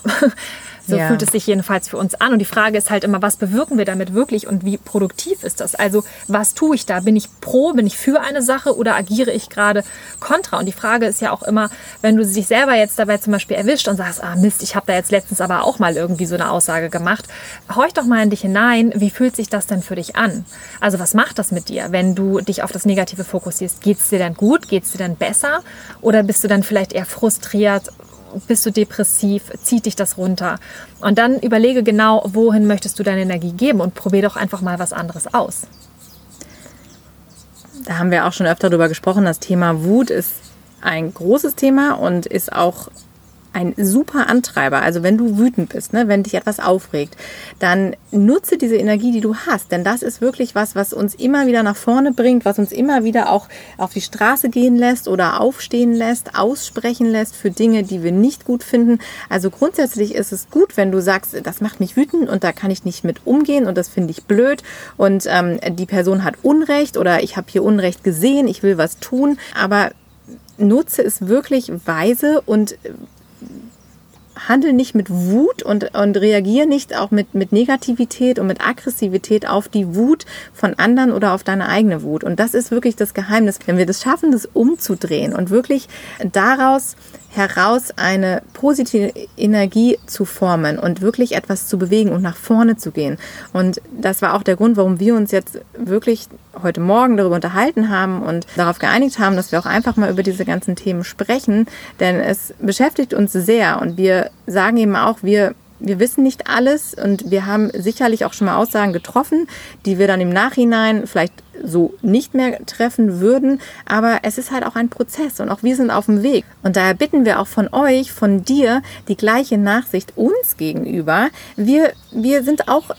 So fühlt es sich jedenfalls für uns an. Und die Frage ist halt immer, was bewirken wir damit wirklich und wie produktiv ist das? Also was tue ich da? Bin ich pro, bin ich für eine Sache oder agiere ich gerade kontra? Und die Frage ist ja auch immer, wenn du dich selber jetzt dabei zum Beispiel erwischt und sagst, ah Mist, ich habe da jetzt letztens aber auch mal irgendwie so eine Aussage gemacht. Horch doch mal in dich hinein, wie fühlt sich das denn für dich an? Also was macht das mit dir, wenn du dich auf das Negative fokussierst? Geht es dir dann gut? Geht es dir dann besser? Oder bist du dann vielleicht eher frustriert? Bist du depressiv, zieht dich das runter. Und dann überlege genau, wohin möchtest du deine Energie geben und probier doch einfach mal was anderes aus. Da haben wir auch schon öfter drüber gesprochen. Das Thema Wut ist ein großes Thema und ist auch ein super Antreiber. Also wenn du wütend bist, ne, wenn dich etwas aufregt, dann nutze diese Energie, die du hast. Denn das ist wirklich was uns immer wieder nach vorne bringt, was uns immer wieder auch auf die Straße gehen lässt oder aufstehen lässt, aussprechen lässt für Dinge, die wir nicht gut finden. Also grundsätzlich ist es gut, wenn du sagst, das macht mich wütend und da kann ich nicht mit umgehen und das finde ich blöd und die Person hat Unrecht oder ich habe hier Unrecht gesehen, ich will was tun. Aber nutze es wirklich weise und handle nicht mit Wut und reagiere nicht auch mit Negativität und mit Aggressivität auf die Wut von anderen oder auf deine eigene Wut. Und das ist wirklich das Geheimnis. Wenn wir das schaffen, das umzudrehen und wirklich daraus heraus eine positive Energie zu formen und wirklich etwas zu bewegen und nach vorne zu gehen. Und das war auch der Grund, warum wir uns jetzt wirklich heute Morgen darüber unterhalten haben und darauf geeinigt haben, dass wir auch einfach mal über diese ganzen Themen sprechen, denn es beschäftigt uns sehr und wir sagen eben auch, wir wissen nicht alles und wir haben sicherlich auch schon mal Aussagen getroffen, die wir dann im Nachhinein vielleicht so nicht mehr treffen würden, aber es ist halt auch ein Prozess und auch wir sind auf dem Weg. Und daher bitten wir auch von euch, von dir, die gleiche Nachsicht uns gegenüber. Wir sind auch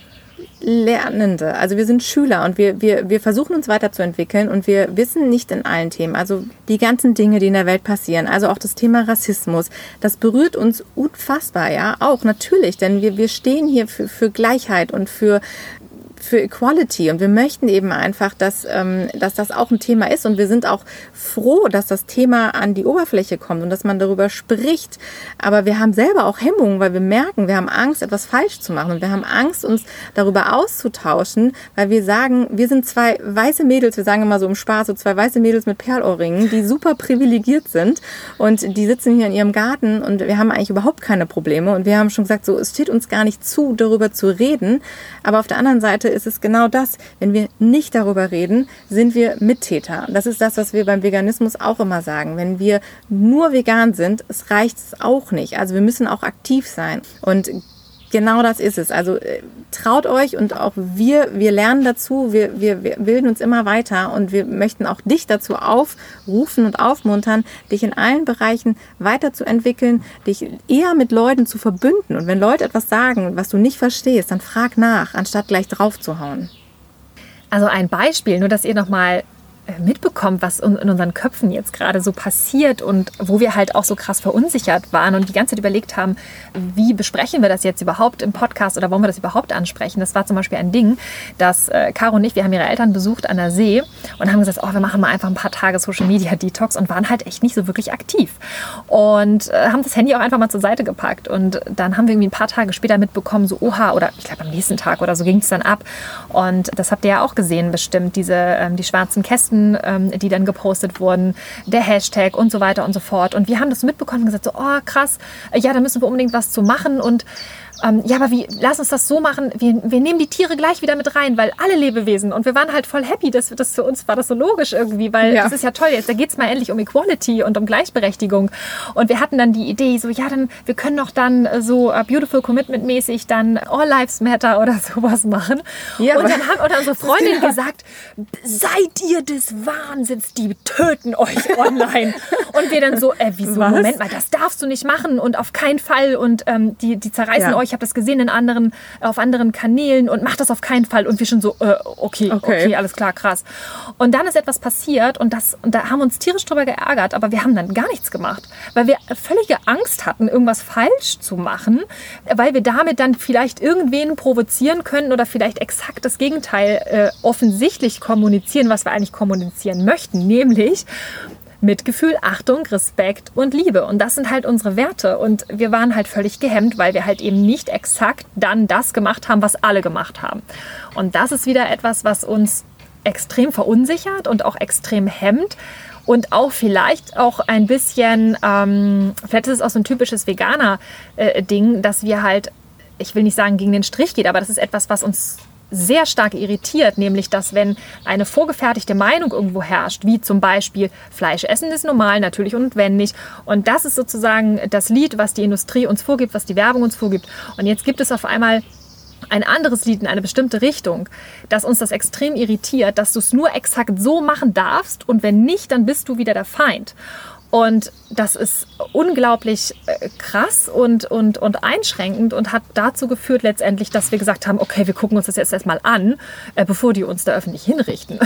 Lernende, also wir sind Schüler und wir versuchen uns weiterzuentwickeln und wir wissen nicht in allen Themen, also die ganzen Dinge, die in der Welt passieren, also auch das Thema Rassismus, das berührt uns unfassbar, ja, auch natürlich, denn wir stehen hier für Gleichheit und für Equality und wir möchten eben einfach, dass das auch ein Thema ist und wir sind auch froh, dass das Thema an die Oberfläche kommt und dass man darüber spricht, aber wir haben selber auch Hemmungen, weil wir merken, wir haben Angst, etwas falsch zu machen und wir haben Angst, uns darüber auszutauschen, weil wir sagen, wir sind zwei weiße Mädels, wir sagen immer so im Spaß, so zwei weiße Mädels mit Perlohrringen, die super privilegiert sind und die sitzen hier in ihrem Garten und wir haben eigentlich überhaupt keine Probleme und wir haben schon gesagt, so, es steht uns gar nicht zu, darüber zu reden, aber auf der anderen Seite ist es genau das. Wenn wir nicht darüber reden, sind wir Mittäter. Das ist das, was wir beim Veganismus auch immer sagen. Wenn wir nur vegan sind, es reicht auch nicht. Also wir müssen auch aktiv sein. Und genau das ist es. Also traut euch und auch wir lernen dazu, wir bilden uns immer weiter und wir möchten auch dich dazu aufrufen und aufmuntern, dich in allen Bereichen weiterzuentwickeln, dich eher mit Leuten zu verbünden. Und wenn Leute etwas sagen, was du nicht verstehst, dann frag nach, anstatt gleich drauf zu hauen. Also ein Beispiel, nur dass ihr nochmal mitbekommt, was in unseren Köpfen jetzt gerade so passiert und wo wir halt auch so krass verunsichert waren und die ganze Zeit überlegt haben, wie besprechen wir das jetzt überhaupt im Podcast oder wollen wir das überhaupt ansprechen? Das war zum Beispiel ein Ding, dass Caro und ich, wir haben ihre Eltern besucht an der See und haben gesagt, oh, wir machen mal einfach ein paar Tage Social Media Detox und waren halt echt nicht so wirklich aktiv und haben das Handy auch einfach mal zur Seite gepackt und dann haben wir irgendwie ein paar Tage später mitbekommen, so oha, oder ich glaube am nächsten Tag oder so ging es dann ab und das habt ihr ja auch gesehen bestimmt, die schwarzen Kästen, die dann gepostet wurden, der Hashtag und so weiter und so fort. Und wir haben das mitbekommen und gesagt, so, oh krass, ja, da müssen wir unbedingt was zu machen und ja, aber lass uns das so machen, wir nehmen die Tiere gleich wieder mit rein, weil alle Lebewesen und wir waren halt voll happy, das für uns war das so logisch irgendwie, weil das ist ja toll, jetzt da geht's mal endlich um Equality und um Gleichberechtigung und wir hatten dann die Idee, so ja, dann wir können doch dann so Beautiful Commitment mäßig dann All Lives Matter oder sowas machen und dann hat unsere Freundin gesagt, seid ihr des Wahnsinns, die töten euch online und wir dann so, wieso, Moment mal, das darfst du nicht machen und auf keinen Fall und die zerreißen euch, ich habe das gesehen auf anderen Kanälen und mach das auf keinen Fall. Und wir schon so, okay, alles klar, krass. Und dann ist etwas passiert und da haben wir uns tierisch drüber geärgert, aber wir haben dann gar nichts gemacht, weil wir völlige Angst hatten, irgendwas falsch zu machen, weil wir damit dann vielleicht irgendwen provozieren können oder vielleicht exakt das Gegenteil offensichtlich kommunizieren, was wir eigentlich kommunizieren möchten, nämlich Mitgefühl, Achtung, Respekt und Liebe. Und das sind halt unsere Werte. Und wir waren halt völlig gehemmt, weil wir halt eben nicht exakt dann das gemacht haben, was alle gemacht haben. Und das ist wieder etwas, was uns extrem verunsichert und auch extrem hemmt. Und auch vielleicht auch ein bisschen, vielleicht ist es auch so ein typisches Veganer-Ding, dass wir halt, ich will nicht sagen gegen den Strich geht, aber das ist etwas, was uns sehr stark irritiert, nämlich dass wenn eine vorgefertigte Meinung irgendwo herrscht, wie zum Beispiel Fleisch essen ist normal, natürlich und notwendig und das ist sozusagen das Lied, was die Industrie uns vorgibt, was die Werbung uns vorgibt und jetzt gibt es auf einmal ein anderes Lied in eine bestimmte Richtung, dass uns das extrem irritiert, dass du es nur exakt so machen darfst und wenn nicht, dann bist du wieder der Feind. Und das ist unglaublich krass und einschränkend und hat dazu geführt letztendlich, dass wir gesagt haben, okay, wir gucken uns das jetzt erstmal an, bevor die uns da öffentlich hinrichten.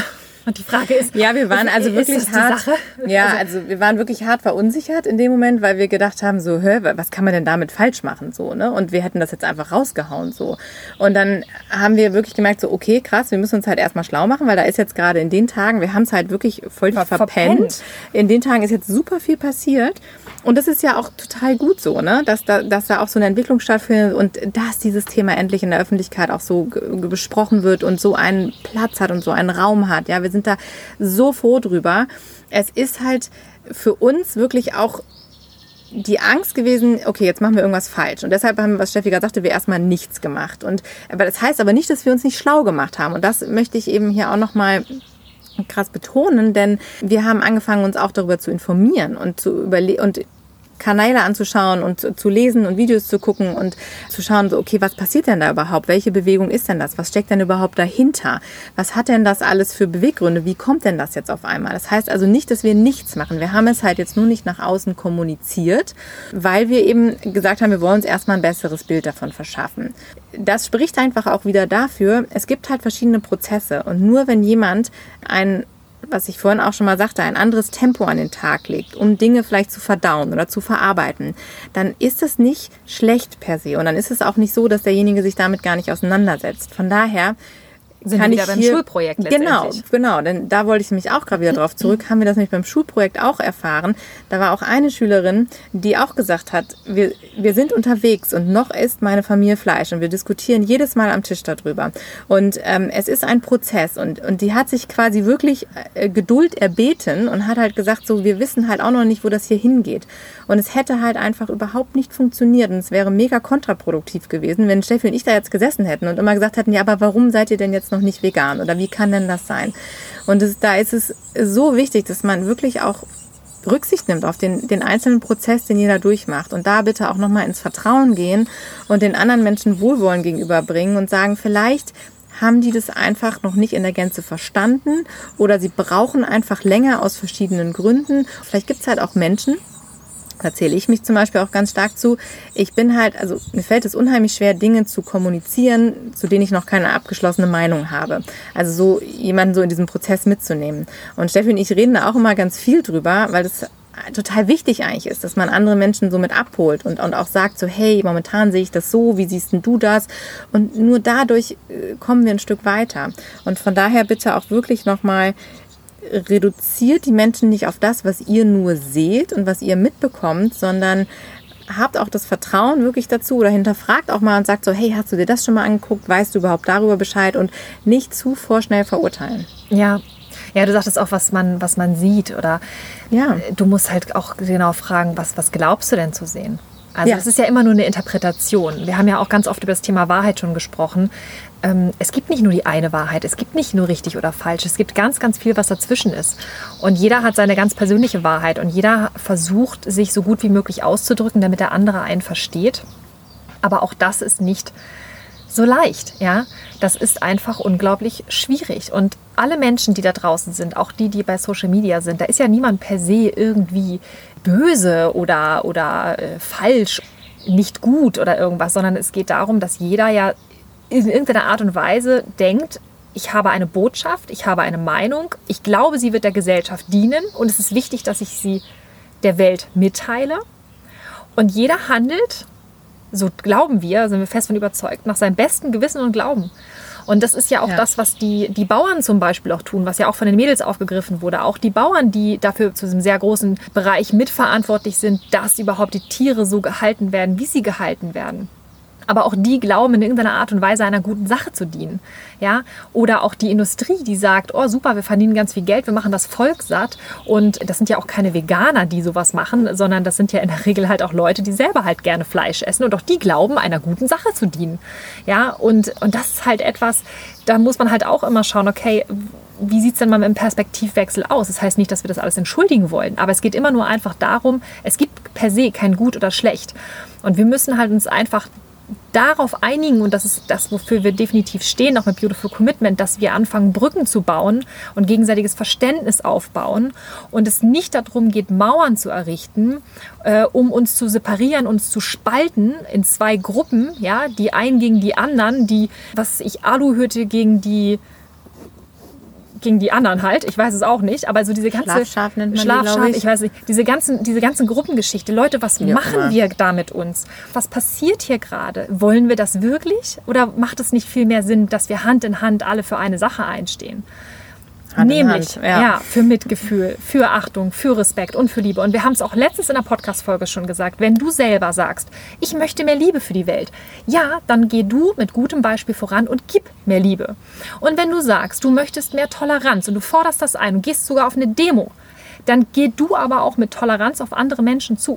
Und die Frage ist, ja, wir waren also wirklich hart. Ja, also wir waren wirklich hart verunsichert in dem Moment, weil wir gedacht haben, so, was kann man denn damit falsch machen, so, ne? Und wir hätten das jetzt einfach rausgehauen, so. Und dann haben wir wirklich gemerkt, so, okay, krass, wir müssen uns halt erstmal schlau machen, weil da ist jetzt gerade in den Tagen, wir haben es halt wirklich voll verpennt. In den Tagen ist jetzt super viel passiert. Und das ist ja auch total gut so, ne? Dass da auch so eine Entwicklung stattfindet und dass dieses Thema endlich in der Öffentlichkeit auch so besprochen wird und so einen Platz hat und so einen Raum hat. Ja, wir sind da so froh drüber. Es ist halt für uns wirklich auch die Angst gewesen, okay, jetzt machen wir irgendwas falsch. Und deshalb haben wir, was Steffi gerade sagte, wir erstmal nichts gemacht. Aber das heißt aber nicht, dass wir uns nicht schlau gemacht haben. Und das möchte ich eben hier auch nochmal krass betonen, denn wir haben angefangen, uns auch darüber zu informieren und zu überlegen und Kanäle anzuschauen und zu lesen und Videos zu gucken und zu schauen, so, okay, was passiert denn da überhaupt? Welche Bewegung ist denn das? Was steckt denn überhaupt dahinter? Was hat denn das alles für Beweggründe? Wie kommt denn das jetzt auf einmal? Das heißt also nicht, dass wir nichts machen. Wir haben es halt jetzt nur nicht nach außen kommuniziert, weil wir eben gesagt haben, wir wollen uns erstmal ein besseres Bild davon verschaffen. Das spricht einfach auch wieder dafür, es gibt halt verschiedene Prozesse und nur wenn jemand was ich vorhin auch schon mal sagte, ein anderes Tempo an den Tag legt, um Dinge vielleicht zu verdauen oder zu verarbeiten, dann ist es nicht schlecht per se. Und dann ist es auch nicht so, dass derjenige sich damit gar nicht auseinandersetzt. Von daher sind wir wieder beim Schulprojekt letztendlich. Genau, denn da wollte ich nämlich auch gerade wieder drauf zurück, haben wir das nämlich beim Schulprojekt auch erfahren. Da war auch eine Schülerin, die auch gesagt hat, wir sind unterwegs und noch isst meine Familie Fleisch und wir diskutieren jedes Mal am Tisch darüber. Und es ist ein Prozess und die hat sich quasi wirklich Geduld erbeten und hat halt gesagt, so, wir wissen halt auch noch nicht, wo das hier hingeht. Und es hätte halt einfach überhaupt nicht funktioniert und es wäre mega kontraproduktiv gewesen, wenn Steffi und ich da jetzt gesessen hätten und immer gesagt hätten, ja, aber warum seid ihr denn jetzt noch nicht vegan oder wie kann denn das sein? Und da ist es so wichtig, dass man wirklich auch Rücksicht nimmt auf den einzelnen Prozess, den jeder durchmacht. Und da bitte auch nochmal ins Vertrauen gehen und den anderen Menschen Wohlwollen gegenüberbringen und sagen, vielleicht haben die das einfach noch nicht in der Gänze verstanden oder sie brauchen einfach länger aus verschiedenen Gründen. Vielleicht gibt es halt auch Menschen, da zähle ich mich zum Beispiel auch ganz stark zu. Ich bin halt, also mir fällt es unheimlich schwer, Dinge zu kommunizieren, zu denen ich noch keine abgeschlossene Meinung habe. Also so jemanden so in diesem Prozess mitzunehmen. Und Steffi und ich reden da auch immer ganz viel drüber, weil das total wichtig eigentlich ist, dass man andere Menschen so mit abholt und auch sagt so, hey, momentan sehe ich das so, wie siehst denn du das? Und nur dadurch kommen wir ein Stück weiter. Und von daher bitte auch wirklich nochmal reduziert die Menschen nicht auf das, was ihr nur seht und was ihr mitbekommt, sondern habt auch das Vertrauen wirklich dazu oder hinterfragt auch mal und sagt so, hey, hast du dir das schon mal angeguckt? Weißt du überhaupt darüber Bescheid? Und nicht zu vorschnell verurteilen. Ja, du sagtest auch, was man sieht oder ja. Du musst halt auch genau fragen, was glaubst du denn zu sehen? Also es ist ja immer nur eine Interpretation. Wir haben ja auch ganz oft über das Thema Wahrheit schon gesprochen. Es gibt nicht nur die eine Wahrheit, es gibt nicht nur richtig oder falsch, es gibt ganz, ganz viel, was dazwischen ist. Und jeder hat seine ganz persönliche Wahrheit und jeder versucht, sich so gut wie möglich auszudrücken, damit der andere einen versteht. Aber auch das ist nicht so leicht, ja. Das ist einfach unglaublich schwierig. Und alle Menschen, die da draußen sind, auch die bei Social Media sind, da ist ja niemand per se irgendwie böse oder falsch, nicht gut oder irgendwas, sondern es geht darum, dass jeder ja in irgendeiner Art und Weise denkt, ich habe eine Botschaft, ich habe eine Meinung, ich glaube, sie wird der Gesellschaft dienen und es ist wichtig, dass ich sie der Welt mitteile. Und jeder handelt, so glauben wir, sind wir fest von überzeugt, nach seinem besten Gewissen und Glauben. Und das ist ja auch das, was die Bauern zum Beispiel auch tun, was ja auch von den Mädels aufgegriffen wurde. Auch die Bauern, die dafür zu diesem sehr großen Bereich mitverantwortlich sind, dass überhaupt die Tiere so gehalten werden, wie sie gehalten werden. Aber auch die glauben, in irgendeiner Art und Weise einer guten Sache zu dienen. Ja? Oder auch die Industrie, die sagt, oh super, wir verdienen ganz viel Geld, wir machen das Volk satt. Und das sind ja auch keine Veganer, die sowas machen, sondern das sind ja in der Regel halt auch Leute, die selber halt gerne Fleisch essen. Und auch die glauben, einer guten Sache zu dienen. Ja? Und das ist halt etwas, da muss man halt auch immer schauen, okay, wie sieht es denn mal mit dem Perspektivwechsel aus? Das heißt nicht, dass wir das alles entschuldigen wollen, aber es geht immer nur einfach darum, es gibt per se kein Gut oder Schlecht. Und wir müssen halt uns einfach darauf einigen, und das ist das, wofür wir definitiv stehen, auch mit Beautiful Commitment, dass wir anfangen, Brücken zu bauen und gegenseitiges Verständnis aufbauen und es nicht darum geht, Mauern zu errichten, um uns zu separieren, uns zu spalten in zwei Gruppen, ja, die einen gegen die anderen, die, Aluhütte gegen die gegen die anderen halt. Ich weiß es auch nicht. Aber so diese ganze Schlafschaf nennt man die, glaube ich weiß nicht. Diese ganze Gruppengeschichte. Leute, was machen wir da mit uns? Was passiert hier gerade? Wollen wir das wirklich? Oder macht es nicht viel mehr Sinn, dass wir Hand in Hand alle für eine Sache einstehen? Nämlich, für Mitgefühl, für Achtung, für Respekt und für Liebe. Und wir haben es auch letztens in der Podcast-Folge schon gesagt, wenn du selber sagst, ich möchte mehr Liebe für die Welt, ja, dann geh du mit gutem Beispiel voran und gib mehr Liebe. Und wenn du sagst, du möchtest mehr Toleranz und du forderst das ein und gehst sogar auf eine Demo, dann geh du aber auch mit Toleranz auf andere Menschen zu.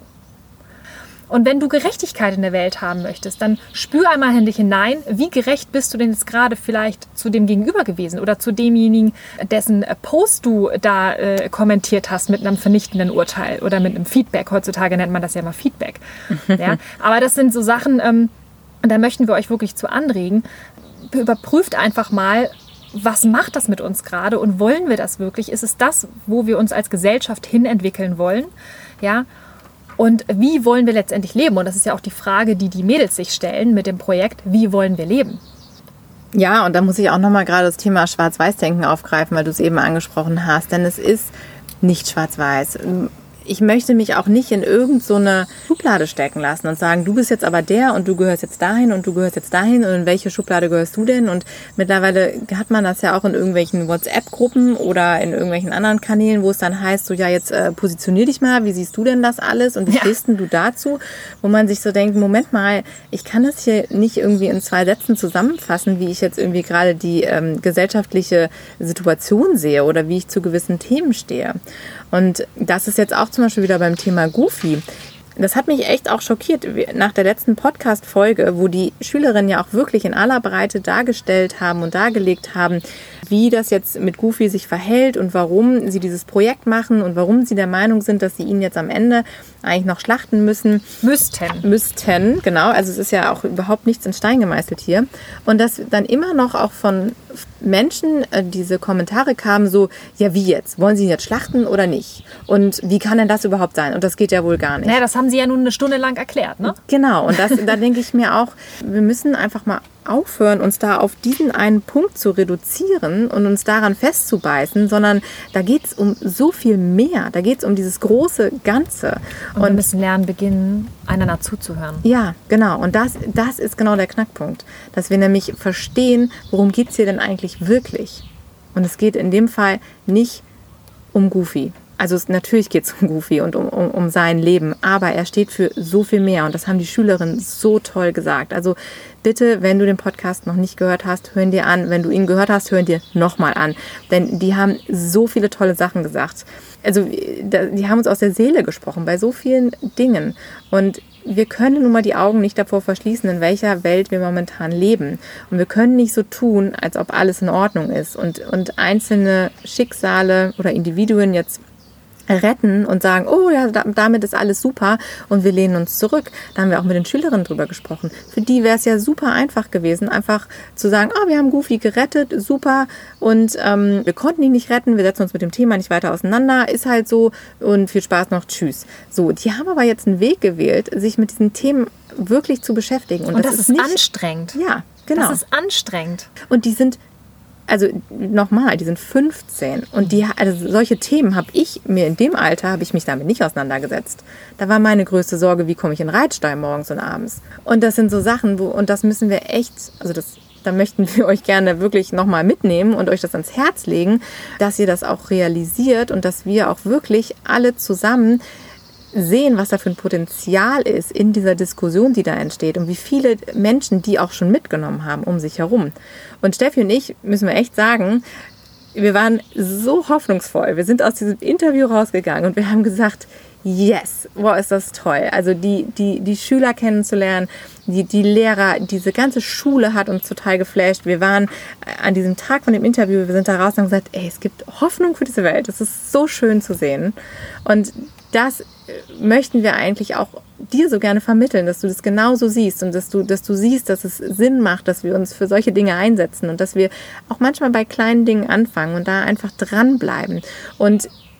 Und wenn du Gerechtigkeit in der Welt haben möchtest, dann spür einmal in dich hinein, wie gerecht bist du denn jetzt gerade vielleicht zu dem Gegenüber gewesen oder zu demjenigen, dessen Post du da kommentiert hast mit einem vernichtenden Urteil oder mit einem Feedback. Heutzutage nennt man das ja mal Feedback. Ja? Aber das sind so Sachen, da möchten wir euch wirklich zu anregen. Überprüft einfach mal, was macht das mit uns gerade und wollen wir das wirklich? Ist es das, wo wir uns als Gesellschaft hinentwickeln wollen? Ja. Und wie wollen wir letztendlich leben? Und das ist ja auch die Frage, die die Mädels sich stellen mit dem Projekt. Wie wollen wir leben? Ja, und da muss ich auch nochmal gerade das Thema Schwarz-Weiß-Denken aufgreifen, weil du es eben angesprochen hast. Denn es ist nicht schwarz-weiß. Ich möchte mich auch nicht in irgend so eine Schublade stecken lassen und sagen, du bist jetzt aber der und du gehörst jetzt dahin und du gehörst jetzt dahin und in welche Schublade gehörst du denn? Und mittlerweile hat man das ja auch in irgendwelchen WhatsApp-Gruppen oder in irgendwelchen anderen Kanälen, wo es dann heißt, so ja, jetzt positionier dich mal, wie siehst du denn das alles und wie stehst denn du dazu? Wo man sich so denkt, Moment mal, ich kann das hier nicht irgendwie in 2 Sätzen zusammenfassen, wie ich jetzt irgendwie gerade die gesellschaftliche Situation sehe oder wie ich zu gewissen Themen stehe. Und das ist jetzt auch zum Beispiel wieder beim Thema Goofy. Das hat mich echt auch schockiert nach der letzten Podcast-Folge, wo die Schülerinnen ja auch wirklich in aller Breite dargestellt haben und dargelegt haben, wie das jetzt mit Goofy sich verhält und warum sie dieses Projekt machen und warum sie der Meinung sind, dass sie ihn jetzt am Ende eigentlich noch schlachten müssen. Müssten, genau. Also es ist ja auch überhaupt nichts in Stein gemeißelt hier. Und dass dann immer noch auch von Menschen diese Kommentare kamen so, ja wie jetzt? Wollen sie ihn jetzt schlachten oder nicht? Und wie kann denn das überhaupt sein? Und das geht ja wohl gar nicht. Naja, das haben sie ja nun eine Stunde lang erklärt, ne? Genau. Und da denke ich mir auch, wir müssen einfach mal aufhören, uns da auf diesen einen Punkt zu reduzieren und uns daran festzubeißen, sondern da geht es um so viel mehr. Da geht es um dieses große Ganze. Und wir müssen lernen, beginnen, einander zuzuhören. Ja, genau. Und das ist genau der Knackpunkt. Dass wir nämlich verstehen, worum geht es hier denn eigentlich wirklich. Und es geht in dem Fall nicht um Goofy. Also natürlich geht es um Goofy und um sein Leben, aber er steht für so viel mehr und das haben die Schülerinnen so toll gesagt. Also bitte, wenn du den Podcast noch nicht gehört hast, hör ihn dir an. Wenn du ihn gehört hast, hör ihn dir nochmal an. Denn die haben so viele tolle Sachen gesagt. Also die haben uns aus der Seele gesprochen bei so vielen Dingen. Und wir können nun mal die Augen nicht davor verschließen, in welcher Welt wir momentan leben. Und wir können nicht so tun, als ob alles in Ordnung ist und einzelne Schicksale oder Individuen jetzt retten und sagen, oh ja, damit ist alles super und wir lehnen uns zurück. Da haben wir auch mit den Schülerinnen drüber gesprochen. Für die wäre es ja super einfach gewesen, einfach zu sagen, wir haben Goofy gerettet, super und wir konnten ihn nicht retten, wir setzen uns mit dem Thema nicht weiter auseinander, ist halt so und viel Spaß noch, tschüss. So, die haben aber jetzt einen Weg gewählt, sich mit diesen Themen wirklich zu beschäftigen. Und das ist nicht anstrengend. Ja, genau. Das ist anstrengend. Und die sind also nochmal, die sind 15 und also solche Themen habe ich mich damit nicht auseinandergesetzt. Da war meine größte Sorge, wie komme ich in den Reitstall morgens und abends. Und das sind so Sachen, und das müssen wir echt, da möchten wir euch gerne wirklich nochmal mitnehmen und euch das ans Herz legen, dass ihr das auch realisiert und dass wir auch wirklich alle zusammen sehen, was da für ein Potenzial ist in dieser Diskussion, die da entsteht und wie viele Menschen die auch schon mitgenommen haben um sich herum. Und Steffi und ich, müssen wir echt sagen, wir waren so hoffnungsvoll. Wir sind aus diesem Interview rausgegangen und wir haben gesagt, yes, wow, ist das toll. Also die Schüler kennenzulernen, die Lehrer, diese ganze Schule hat uns total geflasht. Wir waren an diesem Tag von dem Interview, wir sind da raus und haben gesagt, es gibt Hoffnung für diese Welt. Das ist so schön zu sehen. Und das möchten wir eigentlich auch dir so gerne vermitteln, dass du das genauso siehst und dass du siehst, dass es Sinn macht, dass wir uns für solche Dinge einsetzen und dass wir auch manchmal bei kleinen Dingen anfangen und da einfach dranbleiben. Und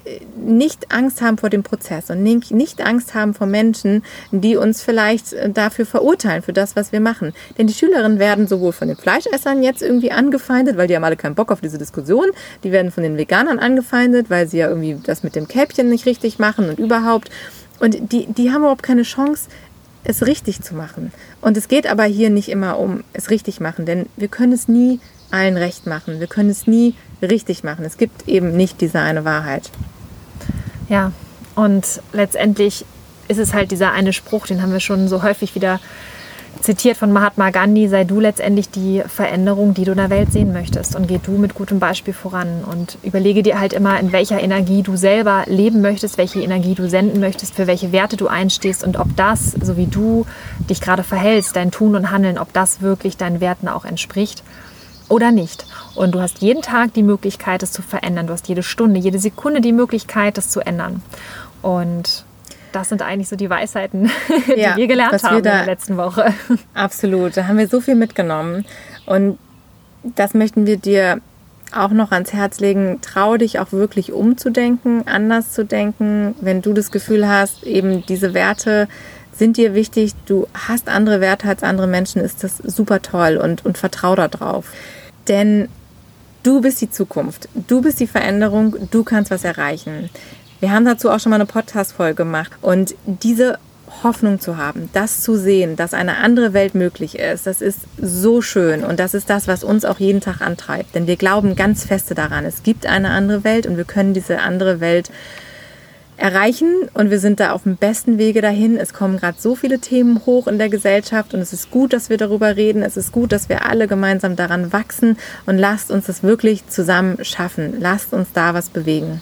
nicht Angst haben vor dem Prozess und nicht Angst haben vor Menschen, die uns vielleicht dafür verurteilen, für das, was wir machen. Denn die Schülerinnen werden sowohl von den Fleischessern jetzt irgendwie angefeindet, weil die haben alle keinen Bock auf diese Diskussion. Die werden von den Veganern angefeindet, weil sie ja irgendwie das mit dem Kälbchen nicht richtig machen und überhaupt. Und die haben überhaupt keine Chance, es richtig zu machen. Und es geht aber hier nicht immer um es richtig machen, denn wir können es nie allen recht machen. Wir können es nie richtig machen. Es gibt eben nicht diese eine Wahrheit. Ja, und letztendlich ist es halt dieser eine Spruch, den haben wir schon so häufig wieder zitiert von Mahatma Gandhi: sei du letztendlich die Veränderung, die du in der Welt sehen möchtest, und geh du mit gutem Beispiel voran und überlege dir halt immer, in welcher Energie du selber leben möchtest, welche Energie du senden möchtest, für welche Werte du einstehst und ob das, so wie du dich gerade verhältst, dein Tun und Handeln, ob das wirklich deinen Werten auch entspricht oder nicht. Und du hast jeden Tag die Möglichkeit, es zu verändern. Du hast jede Stunde, jede Sekunde die Möglichkeit, das zu ändern. Und das sind eigentlich so die Weisheiten, die wir gelernt haben in der letzten Woche. Absolut, da haben wir so viel mitgenommen. Und das möchten wir dir auch noch ans Herz legen. Trau dich auch wirklich umzudenken, anders zu denken. Wenn du das Gefühl hast, eben diese Werte sind dir wichtig, du hast andere Werte als andere Menschen, ist das super toll und vertrau da drauf. Denn du bist die Zukunft, du bist die Veränderung, du kannst was erreichen. Wir haben dazu auch schon mal eine Podcast-Folge gemacht und diese Hoffnung zu haben, das zu sehen, dass eine andere Welt möglich ist, das ist so schön und das ist das, was uns auch jeden Tag antreibt. Denn wir glauben ganz feste daran, es gibt eine andere Welt und wir können diese andere Welt erreichen und wir sind da auf dem besten Wege dahin. Es kommen gerade so viele Themen hoch in der Gesellschaft und es ist gut, dass wir darüber reden. Es ist gut, dass wir alle gemeinsam daran wachsen und lasst uns das wirklich zusammen schaffen. Lasst uns da was bewegen.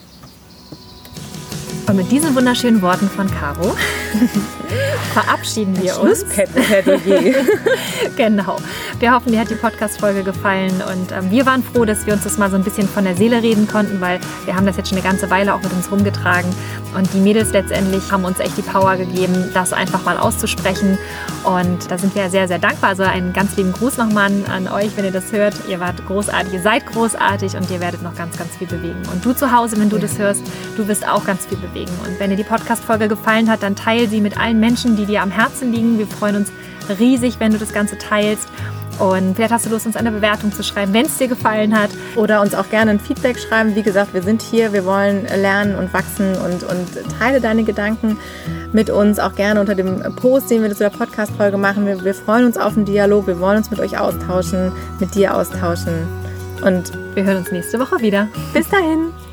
Und mit diesen wunderschönen Worten von Caro verabschieden wir uns. Genau. Wir hoffen, dir hat die Podcast-Folge gefallen und wir waren froh, dass wir uns das mal so ein bisschen von der Seele reden konnten, weil wir haben das jetzt schon eine ganze Weile auch mit uns rumgetragen und die Mädels letztendlich haben uns echt die Power gegeben, das einfach mal auszusprechen und da sind wir sehr, sehr dankbar. Also einen ganz lieben Gruß nochmal an euch, wenn ihr das hört. Ihr wart großartig, ihr seid großartig und ihr werdet noch ganz, ganz viel bewegen. Und du zu Hause, wenn du das hörst, du wirst auch ganz viel bewegen. Und wenn dir die Podcast-Folge gefallen hat, dann teile sie mit allen Menschen, die dir am Herzen liegen. Wir freuen uns riesig, wenn du das Ganze teilst. Und vielleicht hast du Lust, uns eine Bewertung zu schreiben, wenn es dir gefallen hat. Oder uns auch gerne ein Feedback schreiben. Wie gesagt, wir sind hier, wir wollen lernen und wachsen und teile deine Gedanken mit uns. Auch gerne unter dem Post, den wir zu der Podcast-Folge machen. Wir freuen uns auf einen Dialog. Wir wollen uns mit euch austauschen, mit dir austauschen. Und wir hören uns nächste Woche wieder. Bis dahin.